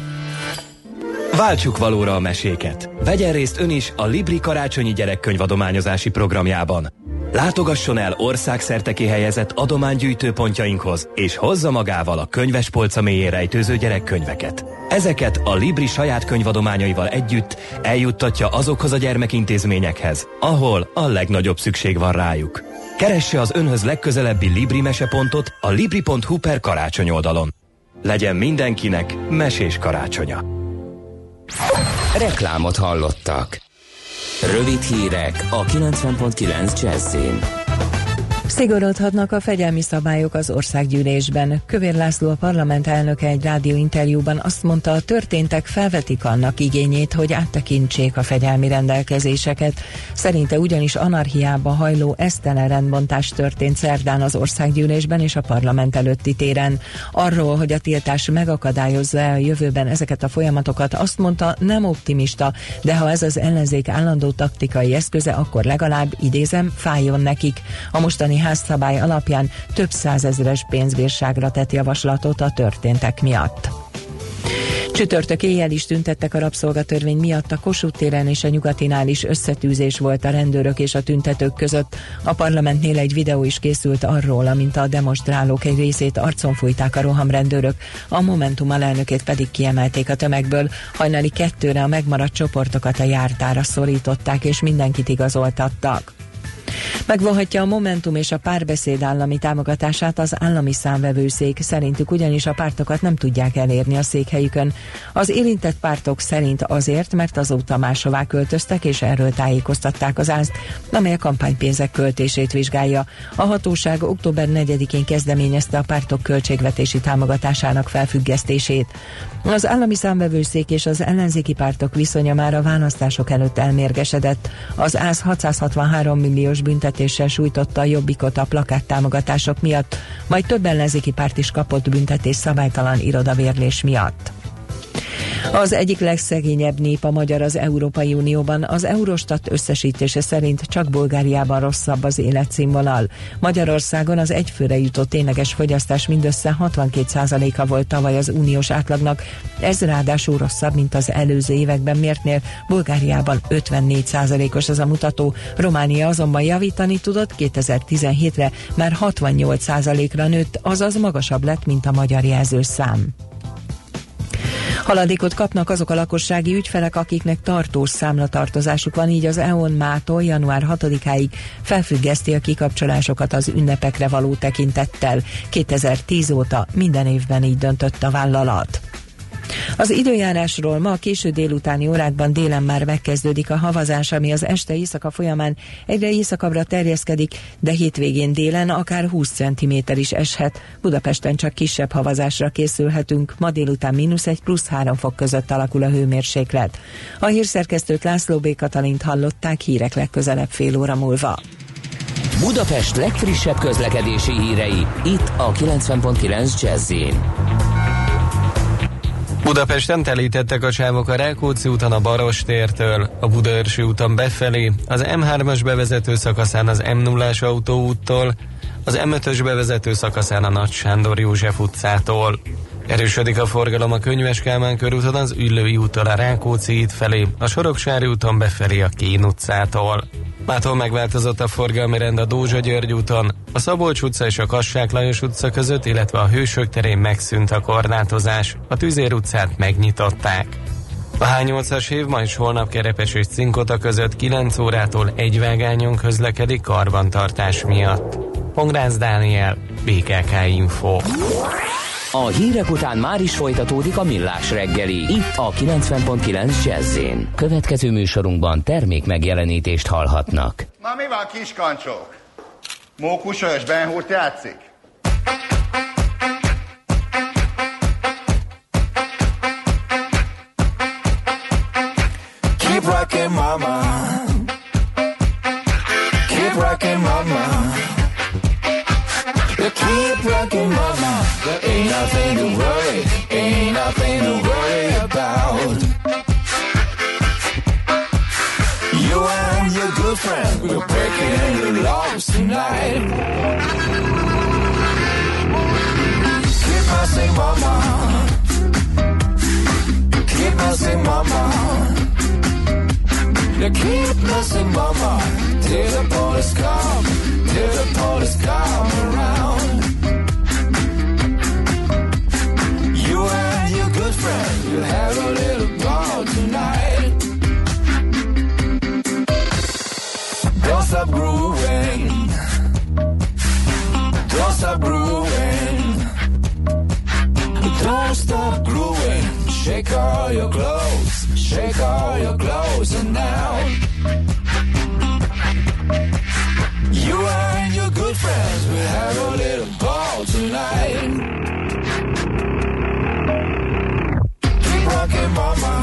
Váltsuk valóra a meséket. Vegyen részt ön is a Libri karácsonyi gyerekkönyvadományozási programjában. Látogasson el országszerte kihelyezett adománygyűjtőpontjainkhoz, és hozza magával a könyvespolca mélyén rejtőző gyerekkönyveket. Ezeket a Libri saját könyvadományaival együtt eljuttatja azokhoz a gyermekintézményekhez, ahol a legnagyobb szükség van rájuk. Keresse az önhöz legközelebbi Libri mesepontot a libri pont hu per karácsony oldalon. Legyen mindenkinek mesés karácsonya. Reklámot hallottak. Rövid hírek a kilencven pont kilenc Jazzyn. Szigorodhatnak a fegyelmi szabályok az országgyűlésben. Kövér László, a parlament elnöke egy rádióinterjúban azt mondta, a történtek felvetik annak igényét, hogy áttekintsék a fegyelmi rendelkezéseket. Szerinte ugyanis anarchiába hajló esztelen rendbontás történt szerdán az országgyűlésben és a parlament előtti téren. Arról, hogy a tiltás megakadályozza a jövőben ezeket a folyamatokat, azt mondta, nem optimista, de ha ez az ellenzék állandó taktikai eszköze, akkor legalább, idézem, fájjon nekik. A mostani házszabály alapján több százezres pénzbírságra tett javaslatot a történtek miatt. Csütörtök éjjel is tüntettek a rabszolgatörvény miatt, a Kossuth téren és a Nyugatinál is összetűzés volt a rendőrök és a tüntetők között. A parlamentnél egy videó is készült arról, amint a demonstrálók egy részét arcon fújták a rohamrendőrök, a Momentum alelnökét pedig kiemelték a tömegből. Hajnali kettőre a megmaradt csoportokat a jártára szorították és mindenkit igazoltattak. Megvonhatja a Momentum és a Párbeszéd állami támogatását az állami számvevőszék, szerintük ugyanis a pártokat nem tudják elérni a székhelyükön. Az érintett pártok szerint azért, mert azóta máshová költöztek, és erről tájékoztatták az ászt, amely a kampánypénzek költését vizsgálja. A hatóság október negyedikén kezdeményezte a pártok költségvetési támogatásának felfüggesztését. Az állami számvevőszék és az ellenzéki pártok viszonya már a választások előtt elmérgesedett. Az ÁSZ hatszázhatvanhárom milliós büntetéssel sújtotta a Jobbikot a plakáttámogatások miatt, majd több ellenzéki párt is kapott büntetés szabálytalan irodavérlés miatt. Az egyik legszegényebb nép a magyar az Európai Unióban. Az Eurostat összesítése szerint csak Bulgáriában rosszabb az életszínvonal. Magyarországon az egyfőre jutott tényleges fogyasztás mindössze hatvankét százaléka volt tavaly az uniós átlagnak. Ez ráadásul rosszabb, mint az előző években mértnél. Bulgáriában ötvennégy százalékos ez a mutató. Románia azonban javítani tudott, kétezer-tizenhétre már hatvannyolc százalékra nőtt, azaz magasabb lett, mint a magyar jelzőszám. Haladékot kapnak azok a lakossági ügyfelek, akiknek tartós számlatartozásuk van, így az é o en mától január hatodikáig felfüggeszti a kikapcsolásokat az ünnepekre való tekintettel. kétezer-tíz óta minden évben így döntött a vállalat. Az időjárásról: ma a késő délutáni órákban délen már megkezdődik a havazás, ami az este éjszaka folyamán egyre északabbra terjeszkedik, de hétvégén délen akár húsz centiméter is eshet. Budapesten csak kisebb havazásra készülhetünk, ma délután mínusz egy plusz három fok között alakul a hőmérséklet. A hírszerkesztőt, László B. Katalint hallották, hírek legközelebb fél óra múlva. Budapest legfrissebb közlekedési hírei, itt a kilencven pont kilenc Jazz-in. Budapesten telítettek a sávok a Rákóczi úton a Barostértől, a Budaörsi úton befelé, az em hármas bevezető szakaszán az em nullás autóúttól, az em ötös bevezető szakaszán a Nagy Sándor József utcától. Erősödik a forgalom a Könyves Kálmán körúton az Üllői úttól a Rákóczi híd felé, a Soroksári úton befelé a Kén utcától. Mától megváltozott a forgalmi rend a Dózsa György úton, a Szabolcs utca és a Kassák Lajos utca között, illetve a Hősök terén megszűnt a korlátozás, a Tüzér utcát megnyitották. A há nyolcas év ma és holnap Kerepes és Cinkota között kilenc órától egy vágányon közlekedik karbantartás miatt. Pongrácz Dániel, bé ká ká Info. A hírek után már is folytatódik a Millás reggeli, itt a kilencven pont kilenc Jazz-én. Következő műsorunkban termék megjelenítést hallhatnak. Na mi van, kiskancsók? Mókusos Ben Hurt játszik? Keep rocking, mama. Keep rocking, mama. Keep rocking, mama. There ain't nothing to worry, ain't nothing to worry about. You and your good friend, we're breaking the laws tonight. Keep messing, mama. Keep messing, mama. You keep messing, mama. Till the police come, till the police come around. You and your good friend, you'll have a little ball tonight. Don't stop grooving. Don't stop grooving. Don't stop grooving. Shake all your clothes. Shake all your clothes and now. You and your good friends will have a little ball tonight. Keep rocking, mama.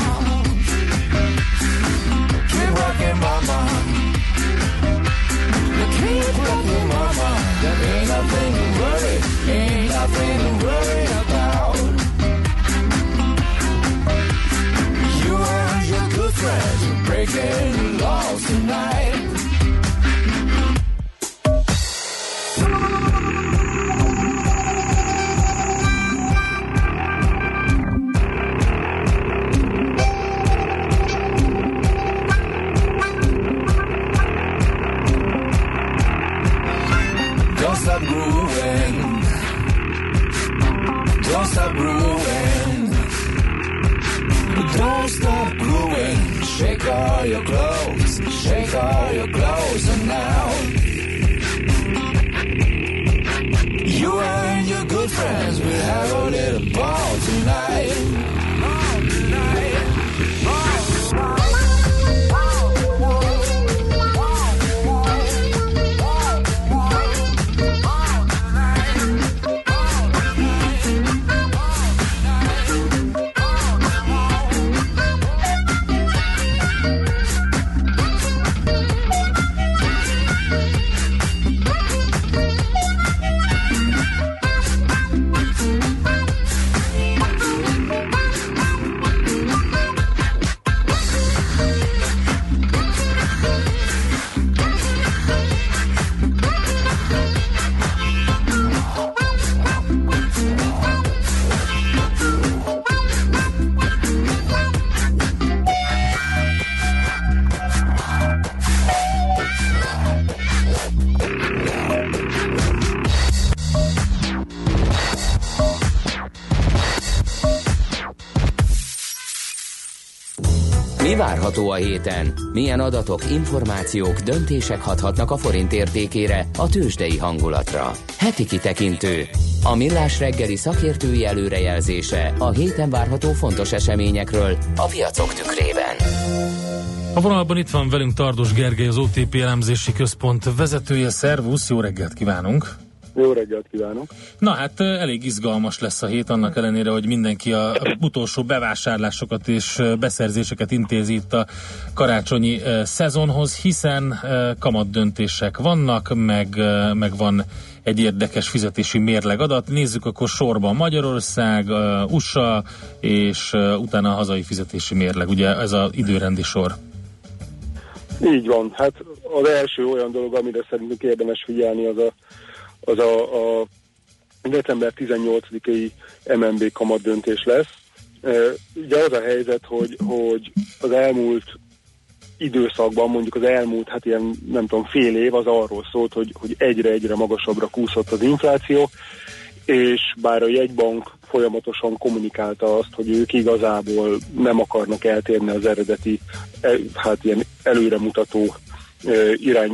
Keep rocking, mama. Keep rocking, mama. There ain't nothing to worry, ain't nothing to worry about. You and your good friends are breaking the laws tonight. Don't stop grooving. Don't stop grooving. Don't stop grooving. Shake all your clothes. Shake all your clothes and now. You and your good friends will have a little ball tonight. Ball tonight. Ball tonight. várható a héten? Milyen adatok, információk, döntések hathatnak a forint értékére, a tőzsdei hangulatra? Heti kitekintő. A Millás reggeli szakértői előrejelzése a héten várható fontos eseményekről a piacok tükrében. A vonalban itt van velünk Tardos Gergely, az o té pé elemzési központ vezetője. Szervusz, jó reggelt kívánunk! Jó reggelt kívánok! Na hát elég izgalmas lesz a hét, annak ellenére, hogy mindenki a utolsó bevásárlásokat és beszerzéseket intézi itt a karácsonyi szezonhoz, hiszen kamatdöntések vannak, meg, meg van egy érdekes fizetési mérlegadat. Nézzük akkor sorban Magyarország, u es á és utána a hazai fizetési mérleg. Ugye ez az időrendi sor. Így van. Hát az első olyan dolog, amire szerintünk érdemes figyelni, az a, az a, a december tizennyolcadikai em en bé kamatdöntés lesz. Ugye az a helyzet, hogy, hogy az elmúlt időszakban, mondjuk az elmúlt, hát ilyen nem tudom, fél év az arról szólt, hogy, hogy egyre-egyre magasabbra kúszott az infláció, és bár a jegybank folyamatosan kommunikálta azt, hogy ők igazából nem akarnak eltérni az eredeti, hát ilyen előremutató irány,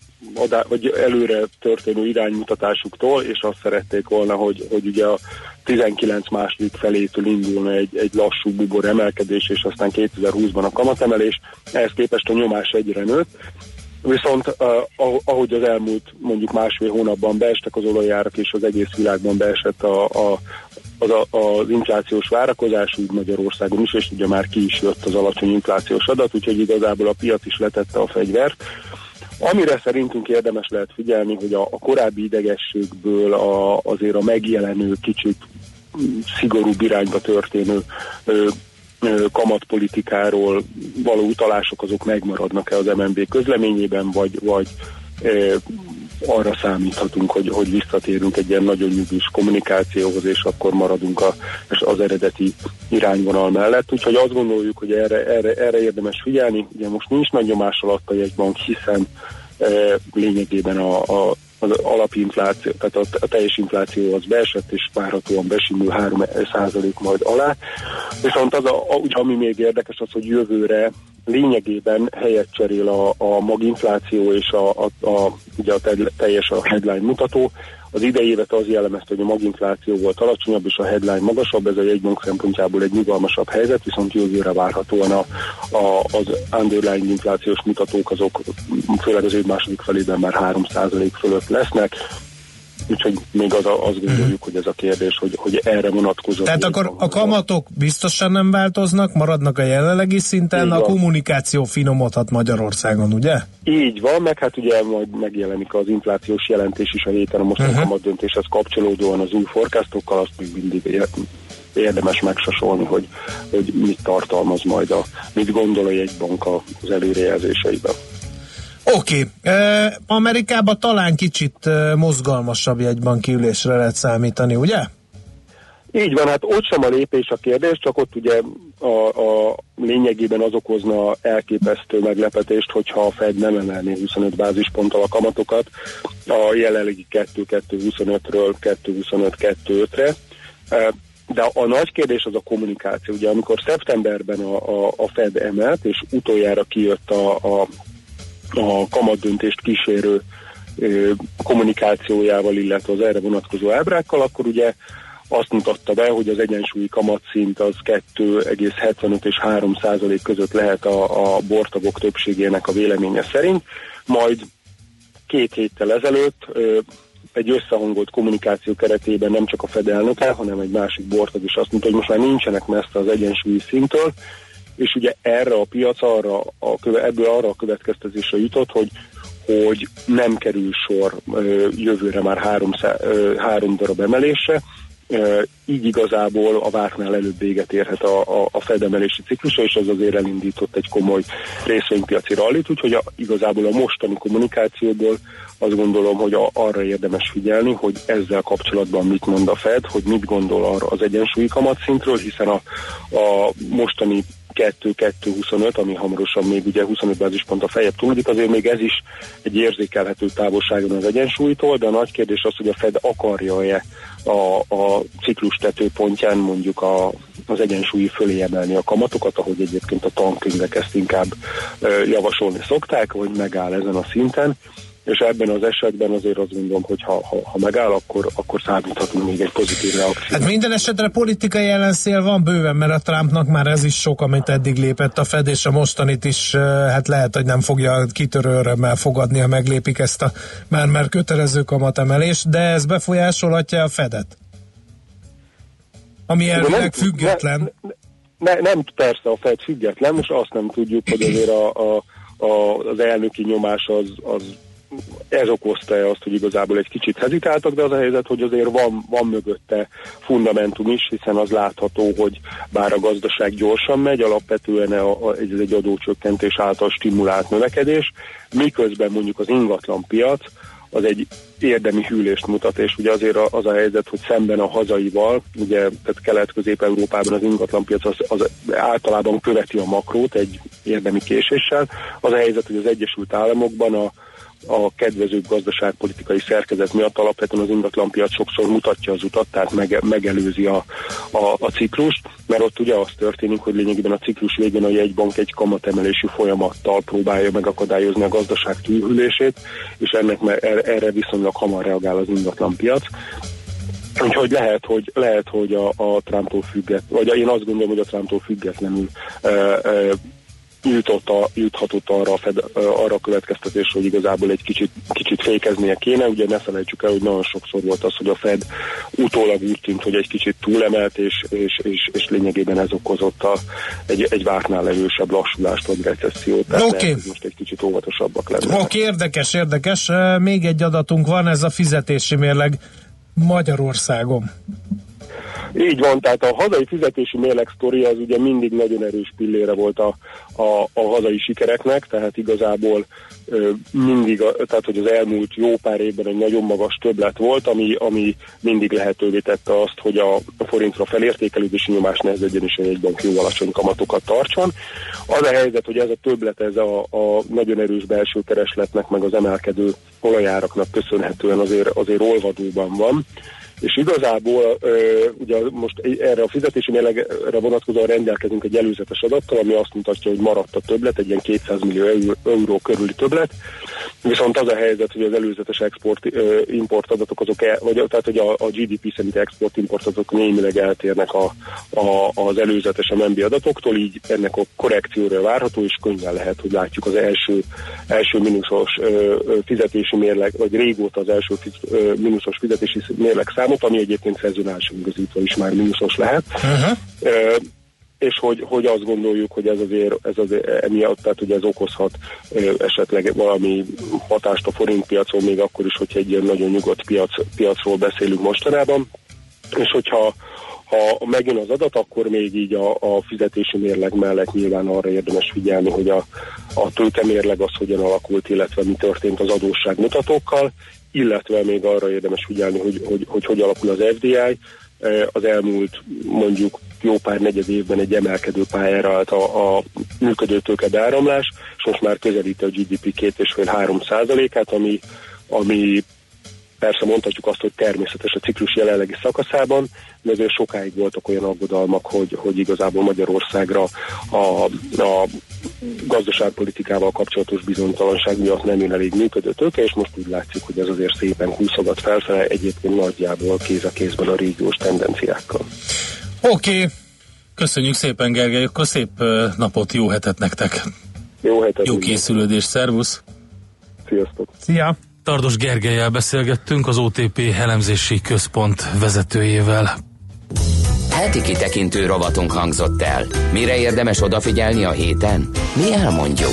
vagy előre történő iránymutatásuktól, és azt szerették volna, hogy, hogy ugye a tizenkilenc második felétől indulna egy, egy lassú bubor emelkedés, és aztán kétezer-húszban a kamatemelés, ehhez képest a nyomás egyre nőtt. Viszont uh, ahogy az elmúlt mondjuk másfél hónapban beestek az olajárak, és az egész világban beesett a, a, az, a, az inflációs várakozás, úgy Magyarországon is, és ugye már ki is jött az alacsony inflációs adat, úgyhogy igazából a piac is letette a fegyvert. Amire szerintünk érdemes lehet figyelni, hogy a, a korábbi idegességből a, azért a megjelenő, kicsit szigorúbb irányba történő ö, ö, kamatpolitikáról való utalások azok megmaradnak-e az em en bé közleményében, vagy, vagy ö, arra számíthatunk, hogy, hogy visszatérünk egy ilyen nagyon nyugis kommunikációhoz, és akkor maradunk a, az eredeti irányvonal mellett. Úgyhogy azt gondoljuk, hogy erre, erre, erre érdemes figyelni. Ugye most nincs nagy nyomás alatt a jegybank, hiszen e, lényegében a, a, az alapinfláció, tehát a, a teljes infláció az beesett, és várhatóan besimül három százalék majd alá. Viszont az, a, a, ugye, ami még érdekes az, hogy jövőre lényegében helyet cserél a, a maginfláció és a, a, a, ugye a teljes a headline mutató. Az idei évet az jellemezte, hogy a maginfláció volt alacsonyabb, és a headline magasabb, ez a jegybank szempontjából egy nyugalmasabb helyzet, viszont jövőre várhatóan a, a, az underlying inflációs mutatók azok főleg az év második felében már három százalék fölött lesznek. Úgyhogy még az a, azt gondoljuk, hmm. hogy ez a kérdés, hogy, hogy erre vonatkozó. Tehát akkor a kamatok biztosan nem változnak, maradnak a jelenlegi szinten, a kommunikáció finomodhat Magyarországon, ugye? Így van, meg hát ugye majd megjelenik az inflációs jelentés is a héten a mostani uh-huh. kamatdöntéshez kapcsolódóan az új forecastokkal, azt még mindig érdemes megsasolni, hogy, hogy mit tartalmaz majd, a, mit gondol a jegybank az előrejelzéseiben. Oké, okay. e, Amerikában talán kicsit e, mozgalmasabb jegybanki ülésre lehet számítani, ugye? Így van, hát ott sem a lépés a kérdés, csak ott ugye a, a lényegében az okozna elképesztő meglepetést, hogyha a Fed nem emelné huszonöt bázisponttal a kamatokat a jelenlegi kettő kettő huszonötről kettő huszonöt kettő ötre. E, de a nagy kérdés az a kommunikáció. Ugye amikor szeptemberben a, a, a Fed emelt, és utoljára kijött a, a a kamatdöntést kísérő ö, kommunikációjával, illetve az erre vonatkozó ábrákkal, akkor ugye azt mutatta be, hogy az egyensúlyi kamatszint az kettő egész hetvenöt és három százalék között lehet a, a bortagok többségének a véleménye szerint. Majd két héttel ezelőtt ö, egy összehangolt kommunikáció keretében nem csak a Fed elnöke, hanem egy másik bortag is azt mondta, hogy most már nincsenek messze az egyensúlyi szinttől, és ugye erre a piac arra a, ebből arra a következtetésre jutott, hogy, hogy nem kerül sor ö, jövőre már három, ö, három darab emelésre, ö, így igazából a vártnál előbb véget érhet a, a, a Fed emelési ciklusa, és ez azért elindított egy komoly részvénypiaci rallit, úgyhogy a, igazából a mostani kommunikációból azt gondolom, hogy a, arra érdemes figyelni, hogy ezzel kapcsolatban mit mond a Fed, hogy mit gondol arra az egyensúlyi kamatszintről, hiszen a, a mostani kettő kettő huszonöt, ami hamarosan még ugye huszonöt bázispont a feljebb túlodik, azért még ez is egy érzékelhető távolságon az egyensúlytól, de a nagy kérdés az, hogy a Fed akarja-e a, a ciklus tetőpontján mondjuk a, az egyensúlyi fölé emelni a kamatokat, ahogy egyébként a tankönyvek ezt inkább ö, javasolni szokták, vagy megáll ezen a szinten. És ebben az esetben azért azt gondolom, hogy ha, ha, ha megáll, akkor, akkor számíthatunk még egy pozitív reakciót. Hát minden esetre politikai ellenszél van bőven, mert a Trumpnak már ez is sok, amit eddig lépett a Fed, és a mostanit is, hát lehet, hogy nem fogja kitörő örömmel fogadni, ha meglépik ezt a már-már kötelező kamatemelést, de ez befolyásolhatja a Fedet? Ami elvileg független. Ne, ne, nem, persze a Fed független, most azt nem tudjuk, hogy azért a, a, a, az elnöki nyomás az, az ez okozta azt, hogy igazából egy kicsit hezitáltak, de az a helyzet, hogy azért van, van mögötte fundamentum is, hiszen az látható, hogy bár a gazdaság gyorsan megy, alapvetően a, a, ez egy adócsökkentés által stimulált növekedés, miközben mondjuk az ingatlan piac az egy érdemi hűlést mutat, és ugye azért az a helyzet, hogy szemben a hazaival, ugye tehát Kelet-Közép-Európában az ingatlanpiac az, az általában követi a makrót egy érdemi késéssel, az a helyzet, hogy az Egyesült Államokban a a kedvezőbb gazdaságpolitikai szerkezet miatt alapvetően az ingatlanpiac sokszor mutatja az utat, tehát mege, megelőzi a, a, a ciklust, mert ott ugye az történik, hogy lényegében a ciklus végén a jegybank egy kamatemelésű folyamattal próbálja megakadályozni a gazdaság túlhűlését, és ennek erre viszonylag hamar reagál az ingatlanpiac. Úgyhogy lehet, hogy, lehet, hogy a, a Trumptól függet, vagy én azt gondolom, hogy a Trumptól függetlenül e, e, jutott a, juthatott arra a, Fed, arra a következtetés, hogy igazából egy kicsit, kicsit fékeznie kéne. Ugye ne felejtsük el, hogy nagyon sokszor volt az, hogy a Fed utólag úgy tűnt, hogy egy kicsit túlemelt, és, és, és, és lényegében ez okozott a, egy, egy vártnál erősebb lassulást vagy recessziót. Tehát okay. lehet, hogy most egy kicsit óvatosabbak lennek. Oké, okay, érdekes, érdekes. Még egy adatunk van, ez a fizetési mérleg Magyarországon. Így van, tehát a hazai fizetési mérleg sztori az ugye mindig nagyon erős pillére volt a, a, a hazai sikereknek, tehát igazából ö, mindig, a, tehát hogy az elmúlt jó pár évben egy nagyon magas többlet volt, ami, ami mindig lehetővé tette azt, hogy a forintra felértékelődési nyomás nehezedjen és egy bank jó alacsony kamatokat tartson. Az a helyzet, hogy ez a többlet, ez a, a nagyon erős belső keresletnek, meg az emelkedő olajáraknak köszönhetően azért, azért olvadóban van. És igazából ugye most erre a fizetési mérlegre vonatkozóan rendelkezünk egy előzetes adattal, ami azt mutatja, hogy maradt a többlet, egy ilyen kétszáz millió euró körüli többlet, viszont az a helyzet, hogy az előzetes export-import adatok azok, el, vagy tehát hogy a, a gé dé pé szerinti export-import adatok némileg eltérnek a, a, az előzetes em en bé adatoktól, így ennek a korrekcióra várható, és könnyen lehet, hogy látjuk az első, első mínuszos fizetési mérleg, vagy régóta az első mínuszos fizetési mérleg számot, ami egyébként szezonálisan igazítva is már mínuszos lehet. Uh-huh. E, és hogy, hogy azt gondoljuk, hogy ez azért, ez azért emiatt, tehát hogy ez okozhat e, esetleg valami hatást a forintpiacon, még akkor is, hogyha egy ilyen nagyon nyugodt piac, piacról beszélünk mostanában. És hogyha ha megjön az adat, akkor még így a, a fizetési mérleg mellett nyilván arra érdemes figyelni, hogy a, a tőkemérleg az hogyan alakult, illetve mi történt az adósságmutatókkal, illetve még arra érdemes figyelni, hogy hogy, hogy, hogy alakul az ef dé i. Az elmúlt mondjuk jó pár negyed évben egy emelkedő pályára állt a, a működő tőke beáramlás, és most már közelít a gé dé pé két egész öt-három százalékát, ami, ami persze mondhatjuk azt, hogy természetes a ciklus jelenlegi szakaszában, de azért sokáig voltak olyan aggodalmak, hogy, hogy igazából Magyarországra a, a gazdaságpolitikával kapcsolatos bizonytalanság miatt nem jön elég működő tőke, és most úgy látszik, hogy ez azért szépen húszogat felfele, egyébként nagyjából kéz a kézben a régiós tendenciákkal. Oké, okay. Köszönjük szépen, Gergely, akkor szép napot, jó hetet nektek! Jó hetet! Jó készülődés, szervusz! Sziasztok! Szia! Tardos Gergellyel beszélgettünk, az o té pé elemzési központ vezetőjével. Heti kitekintő rovatunk hangzott el. Mire érdemes odafigyelni a héten? Mi elmondjuk.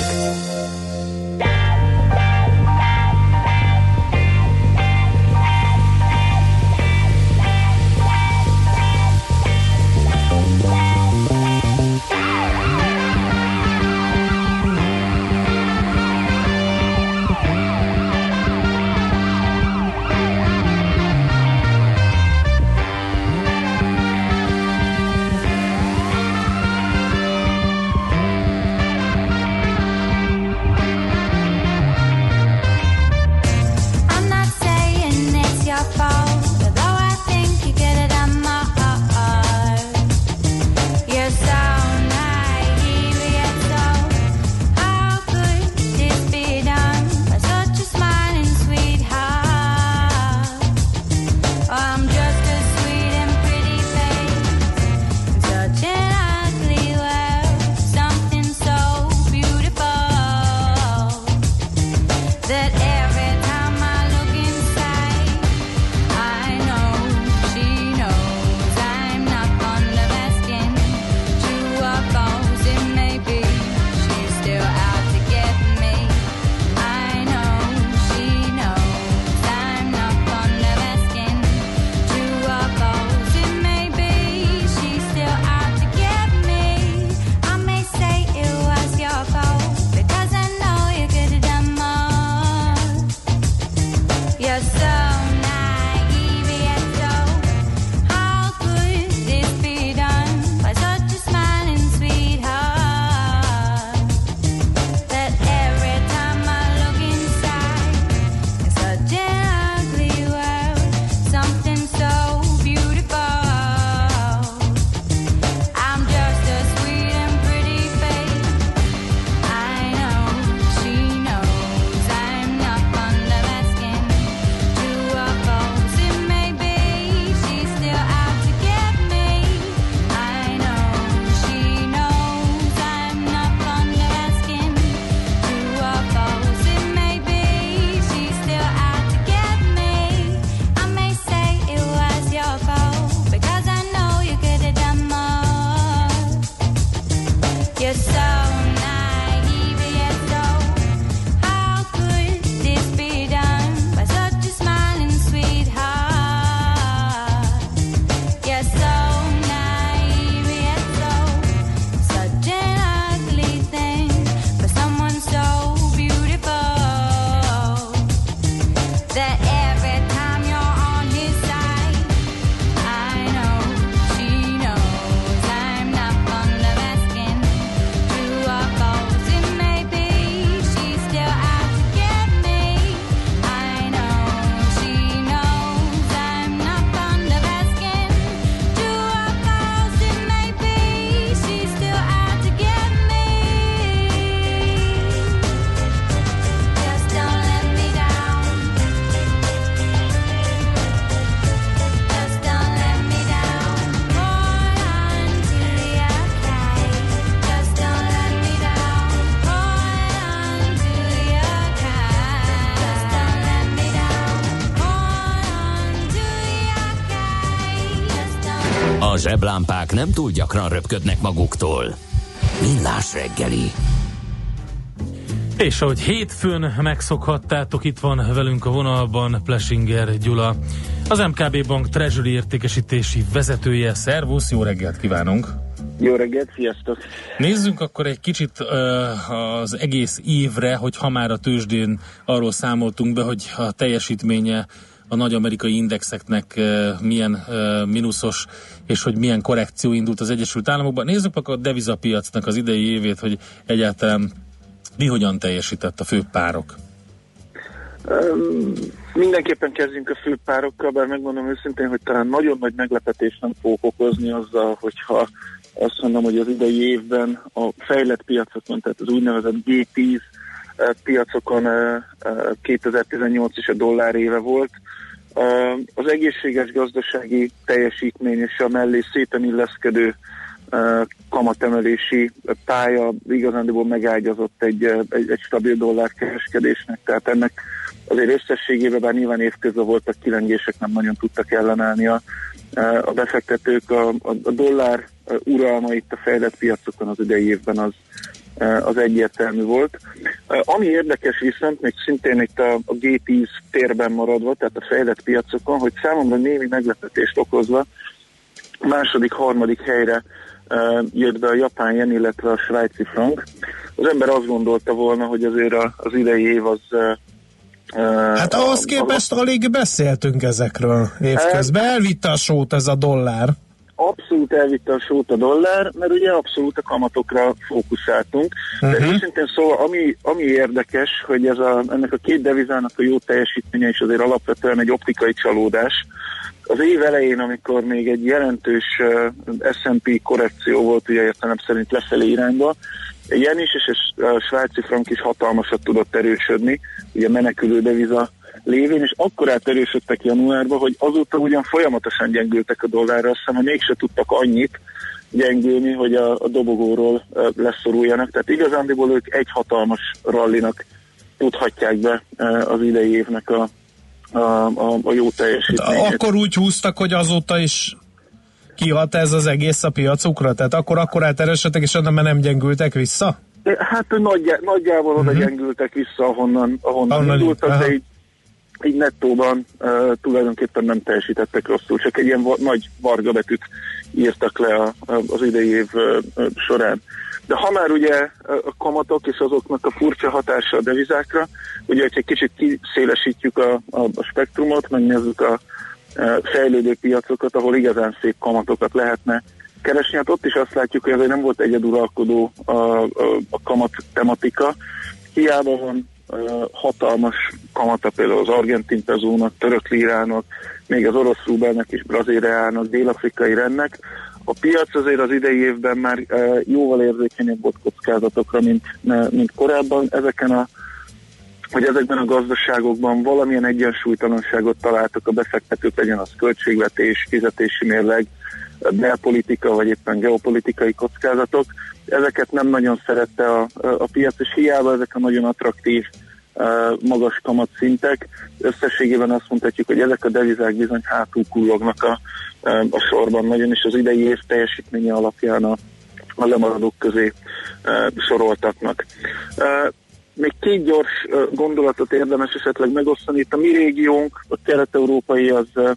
A zseblámpák nem túl gyakran röpködnek maguktól. Millás reggeli. És ahogy hétfőn megszokhattátok, itt van velünk a vonalban Plesinger Gyula, az em ká bé Bank Treasury értékesítési vezetője. Szervusz, jó reggelt kívánunk! Jó reggelt, sziasztok! Nézzünk akkor egy kicsit uh, az egész évre, hogy ha már a tőzsdén arról számoltunk be, hogy a teljesítménye a nagy amerikai indexeknek uh, milyen uh, mínuszos, és hogy milyen korrekció indult az Egyesült Államokban. Nézzük akkor a devizapiacnak az idei évét, hogy egyáltalán mi hogyan teljesített a főpárok? Um, mindenképpen kezdjünk a főpárokkal, bár megmondom őszintén, hogy talán nagyon nagy meglepetést nem fogok okozni azzal, hogyha azt mondom, hogy az idei évben a fejlett piacokon, tehát az úgynevezett gé tíz piacokon kétezer-tizennyolc is a dollár éve volt. Az egészséges gazdasági teljesítmény és a mellé szépen illeszkedő kamatemelési pálya igazándiból megágyazott egy, egy, egy stabil dollárkereskedésnek, tehát ennek azért összességében, bár nyilván évközben voltak kilengések, nem nagyon tudtak ellenállni a, a befektetők. A, a, a dollár uralma itt a fejlett piacokon az idei évben az, az egyértelmű volt. Ami érdekes viszont, még szintén itt a, a gé tíz térben maradva, tehát a fejlett piacokon, hogy számomra némi meglepetést okozva második, harmadik helyre uh, jött be a japán jen, illetve a svájci frank. Az ember azt gondolta volna, hogy azért a, az idei év az... Uh, hát ahhoz képest a, alig beszéltünk ezekről évközben. Elvitte a sót ez a dollár. Abszolút elvitte a sót a dollár, mert ugye abszolút a kamatokra fókuszáltunk. Uh-huh. De őszintén szóval, ami, ami érdekes, hogy ez a, ennek a két devizának a jó teljesítménye is azért alapvetően egy optikai csalódás. Az év elején, amikor még egy jelentős uh, es and pé korrekció volt, ugye értelem szerint lefelé irányba, a jen is és a svájci frank is hatalmasat tudott erősödni, ugye menekülő deviza lévén, és akkorát erősödtek januárban, hogy azóta ugyan folyamatosan gyengültek a dollárra, azt hiszem, hogy mégse tudtak annyit gyengülni, hogy a, a dobogóról uh, leszoruljanak. Tehát igazándiból ők egy hatalmas rallinak tudhatják be uh, az idei évnek a A, a, a jó teljesítményét. Akkor úgy húztak, hogy azóta is kihat ez az egész a piacukra? Tehát akkor akkor áterősödtek, és onnan már nem gyengültek vissza? Hát nagyjá, nagyjából oda uh-huh. gyengültek vissza, ahonnan, ahonnan Ahonnan indultak, de így, így nettóban uh, tulajdonképpen nem teljesítettek rosszul, csak egy ilyen va- nagy varga betűt írtak le a, a, az idei év uh, során. De ha már ugye a kamatok és azoknak a furcsa hatása a devizákra, ugye, hogy egy kicsit kiszélesítjük a, a, a spektrumot, megnézzük a, a fejlődő piacokat, ahol igazán szép kamatokat lehetne keresni. Hát ott is azt látjuk, hogy azért nem volt egyeduralkodó a, a, a kamat tematika. Hiába van a, hatalmas kamata például az argentin pezónak, török lírának, még az orosz rubelnek és brazil reálnak, dél-afrikai rennek. A piac azért az idei évben már uh, jóval érzékenyebb volt kockázatokra, mint, mint korábban. Ezeken a, hogy ezekben a gazdaságokban valamilyen egyensúlytalanságot találtak a befektetők, legyen az költségvetés, fizetési mérleg, belpolitika vagy éppen geopolitikai kockázatok. Ezeket nem nagyon szerette a, a piac, és hiába ezek a nagyon attraktív uh, magas kamatszintek. Összességében azt mondhatjuk, hogy ezek a devizák bizony hátul kullognak a a sorban nagyon, és az idei év teljesítménye alapján a, a lemaradók közé e, soroltatnak. E, még két gyors e, gondolatot érdemes esetleg megosztani. Itt a mi régiónk, a kelet-európai az e,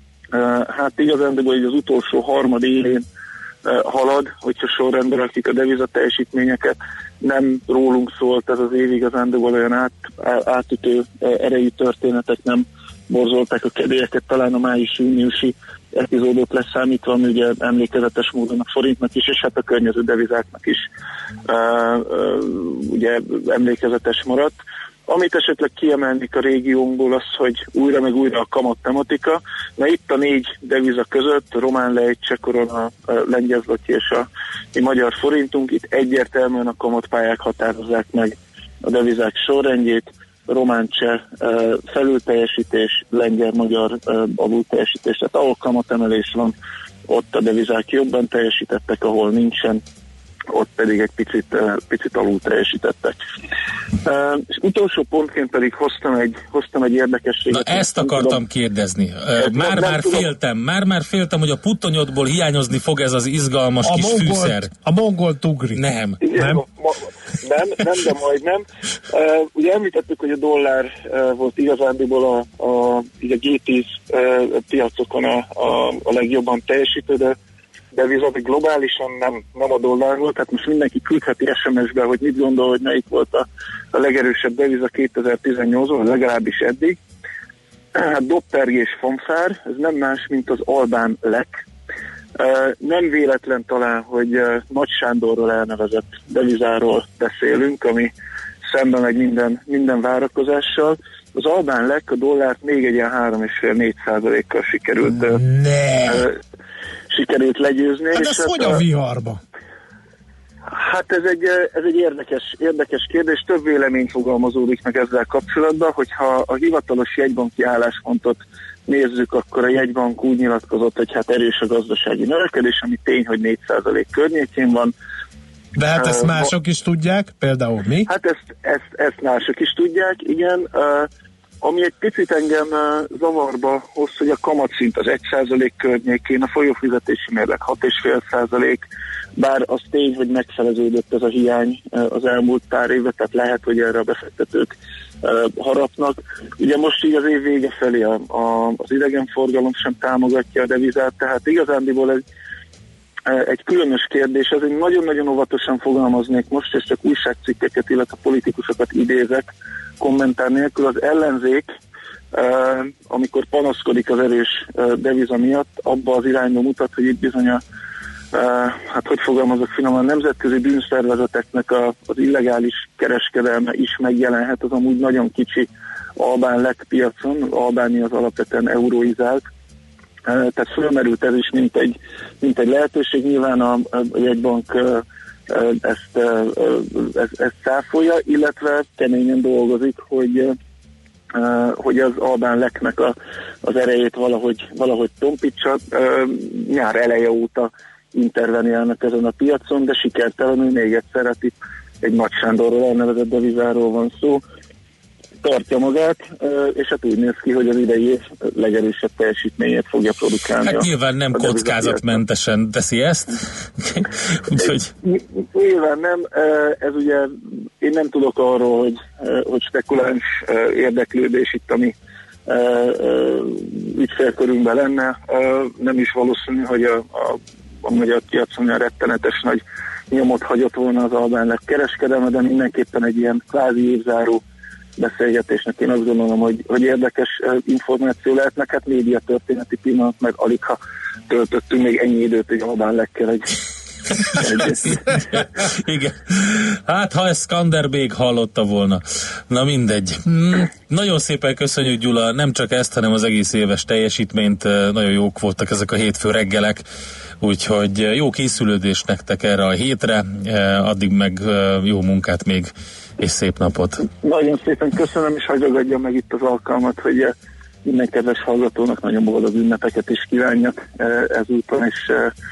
hát igazándiból így az utolsó harmad élén e, halad, hogyha sorrendben rakjuk a deviza teljesítményeket. Nem rólunk szólt ez az év, igazándiból olyan át, átütő e, erejű történetek nem borzolták a kedélyeket, talán a május-júniusi epizódot leszámítva, ami ugye emlékezetes módon a forintnak is, és hát a környező devizáknak is uh, uh, ugye emlékezetes maradt. Amit esetleg kiemelnék a régiónkból az, hogy újra meg újra a kamat tematika, na itt a négy deviza között, a román lej, cseh korona, a lengyel zloty és a, a magyar forintunk, itt egyértelműen a kamatpályák határozzák meg a devizák sorrendjét, román cseh felülteljesítés, lengyel-magyar alulteljesítés, tehát ahol kamatemelés van, ott a devizák jobban teljesítettek, ahol nincsen, ott pedig egy picit, picit alul teljesítettek. Uh, és utolsó pontként pedig hoztam egy, hoztam egy érdekességet. Na ezt akartam tudom, kérdezni. Uh, már, már féltem, már, már féltem, hogy a puttonyodból hiányozni fog ez az izgalmas a kis mongolt, fűszer. A mongol tugri. Nem. Igen, nem? Ma, ma, nem, nem, de majd nem. Uh, ugye említettük, hogy a dollár uh, volt igazándiból a, a, így a gé tíz uh, piacokon a, a, a legjobban teljesítő, de de viszont globálisan nem, nem a dollár volt, tehát most mindenki küldheti es em es-be, hogy mit gondol, hogy melyik volt a, a legerősebb deviza kétezer-tizennyolcban, legalábbis eddig. Hát doppergés fanfár, ez nem más, mint az albán lek. Nem véletlen talán, hogy Nagy Sándorról elnevezett devizáról beszélünk, ami szemben meg minden, minden várakozással. Az albán lek a dollárt még egy ilyen három egész öt-négy százalékkal sikerült ne. sikerült legyőzni. Hát ez hogy a viharba? Hát ez egy, ez egy érdekes, érdekes kérdés, több vélemény fogalmazódik meg ezzel kapcsolatban, hogyha a hivatalos jegybanki álláspontot nézzük, akkor a jegybank úgy nyilatkozott, hogy hát erős a gazdasági növekedés, ami tény, hogy négy százalék környékén van. De hát ezt mások is tudják, például mi? Hát ezt, ezt, ezt mások is tudják, igen. Ami egy picit engem zavarba hoz, hogy a kamatszint az egy százalék környékén, a folyófizetési mérleg hat egész öt százalék, bár az tény, hogy megfeleződött ez a hiány az elmúlt pár évben, tehát lehet, hogy erre a befektetők harapnak. Ugye most így az év vége felé a, a, az idegenforgalom sem támogatja a devizát, tehát igazándiból egy, egy különös kérdés, ez egy nagyon-nagyon óvatosan fogalmaznék most, és csak újságcikkeket, illetve politikusokat idézek, kommentár nélkül. Az ellenzék, uh, amikor panaszkodik az erős uh, deviza miatt, abba az irányba mutat, hogy itt bizony a, uh, hát hogy fogalmazok finoman, a nemzetközi bűnszervezeteknek a, az illegális kereskedelme is megjelenhet az amúgy nagyon kicsi albán lek piacon. Albánia az alapvetően euróizált, uh, tehát fölmerült ez is, mint egy, mint egy lehetőség. Nyilván a, a jegybank uh, ezt, ezt, ezt száfolja, illetve keményen dolgozik, hogy, hogy az albán leknek a, az erejét valahogy, valahogy tompítsa. Nyár eleje óta interveniálnak ezen a piacon, de sikertelenül még egyszer, hát itt egy Nagy Sándorról elnevezett devizáról van szó, tartja magát, és hát úgy néz ki, hogy az idei év legerősebb teljesítményét fogja produkálni. Hát nyilván nem kockázatmentesen teszi ezt. Úgyhogy... Nyilván nem. Ez ugye, én nem tudok arról, hogy, hogy spekuláns érdeklődés itt a mi ügyfélkörünkben lenne. Nem is valószínű, hogy a, a, a magyar piacon olyan rettenetes nagy nyomot hagyott volna az albán lek kereskedelme, de mindenképpen egy ilyen kvázi évzáró beszélgetésnek én azt gondolom, hogy, hogy érdekes uh, információ lehetnek, hát média történeti pillanat, meg alig ha töltöttünk még ennyi időt egy albán lekkel egy, egy... Igen. Hát ha ezt Skanderbeg hallotta volna. Na mindegy. Mm, nagyon szépen köszönjük, Gyula, nem csak ezt, hanem az egész éves teljesítményt. Nagyon jók voltak ezek a hétfő reggelek, úgyhogy jó készülődés nektek erre a hétre, addig meg jó munkát még, és szép napot. Nagyon szépen köszönöm, és hagyj ragadjam meg itt az alkalmat, hogy minden kedves hallgatónak nagyon boldog ünnepeket is kívánjak ezúton, és,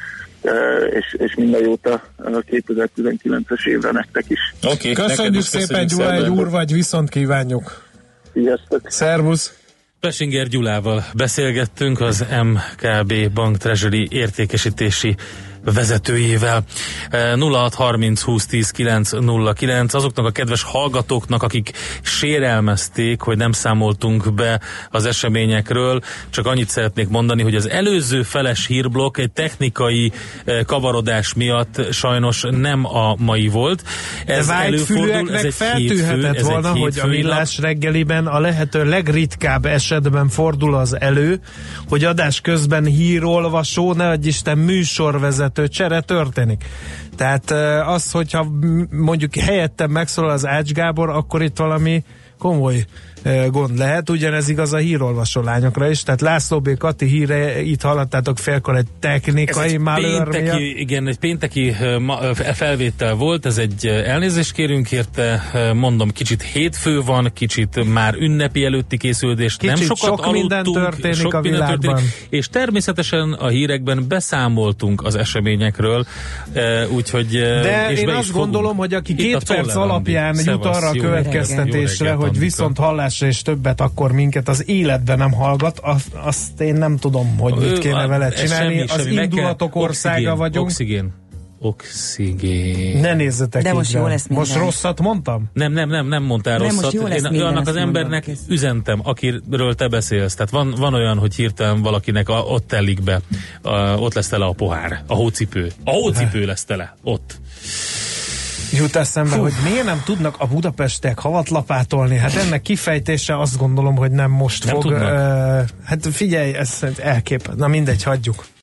és, és minden jót a kétezer-tizenkilences évre nektek is. Okay, köszönjük szépen, Gyula, egy úr vagy, viszont kívánjuk. Sziasztok. Szervusz. Pesinger Gyulával beszélgettünk, az em ká bé Bank Treasury értékesítési vezetőjével. nulla hat harminc húsz tíz kilenc nulla kilenc azoknak a kedves hallgatóknak, akik sérelmezték, hogy nem számoltunk be az eseményekről, csak annyit szeretnék mondani, hogy az előző feles hírblokk egy technikai kavarodás miatt sajnos nem a mai volt. Ez előfordul, ez egy feltűhetett hétfő, volna, hogy a Millás reggeliben a lehető legritkább esetben fordul az elő, hogy adás közben hírolvasó, ne adj Isten műsorvezető csere történik. Tehát az, hogyha mondjuk helyettem megszólal az Ács Gábor, akkor itt valami komoly gond lehet, ugyanez igaz a hírolvasó lányokra is, tehát László B. Kati híre, itt hallottátok félkor egy technikai malőr miatt. Igen, egy pénteki felvétel volt, ez egy elnézést kérünk érte, mondom, kicsit hétfő van, kicsit már ünnepi előtti készülés, kicsit nem sokat sok aludtunk, minden történik sok a minden világban. történik, és természetesen a hírekben beszámoltunk az eseményekről, úgyhogy de és én be azt is gondolom, hogy aki két perc alapján jut Szevasz, arra a jó következtetésre, reggelt, hogy viszont hallásra és többet akkor minket az életben nem hallgat, azt, azt én nem tudom, hogy mit kéne vele csinálni. Semmi, az semmi, indulatok kell, országa oxigén, vagyunk. Oxigén. Oxigén. Ne nézzetek. De most jó lesz minden. Most rosszat mondtam? Nem, nem, nem, nem mondtál nem, rosszat. Én minden, annak az embernek mondom, üzentem, akiről te beszélsz. Tehát van, van olyan, hogy hirtelen valakinek a, ott telik be, a, ott lesz tele a pohár, a hócipő. A hócipő lesz tele, ott. Jut eszembe, Fú. hogy miért nem tudnak a budapestiek havat lapátolni? Hát ennek kifejtése azt gondolom, hogy nem most nem fog. Uh, hát figyelj, ez elképesztő. Na mindegy, hagyjuk.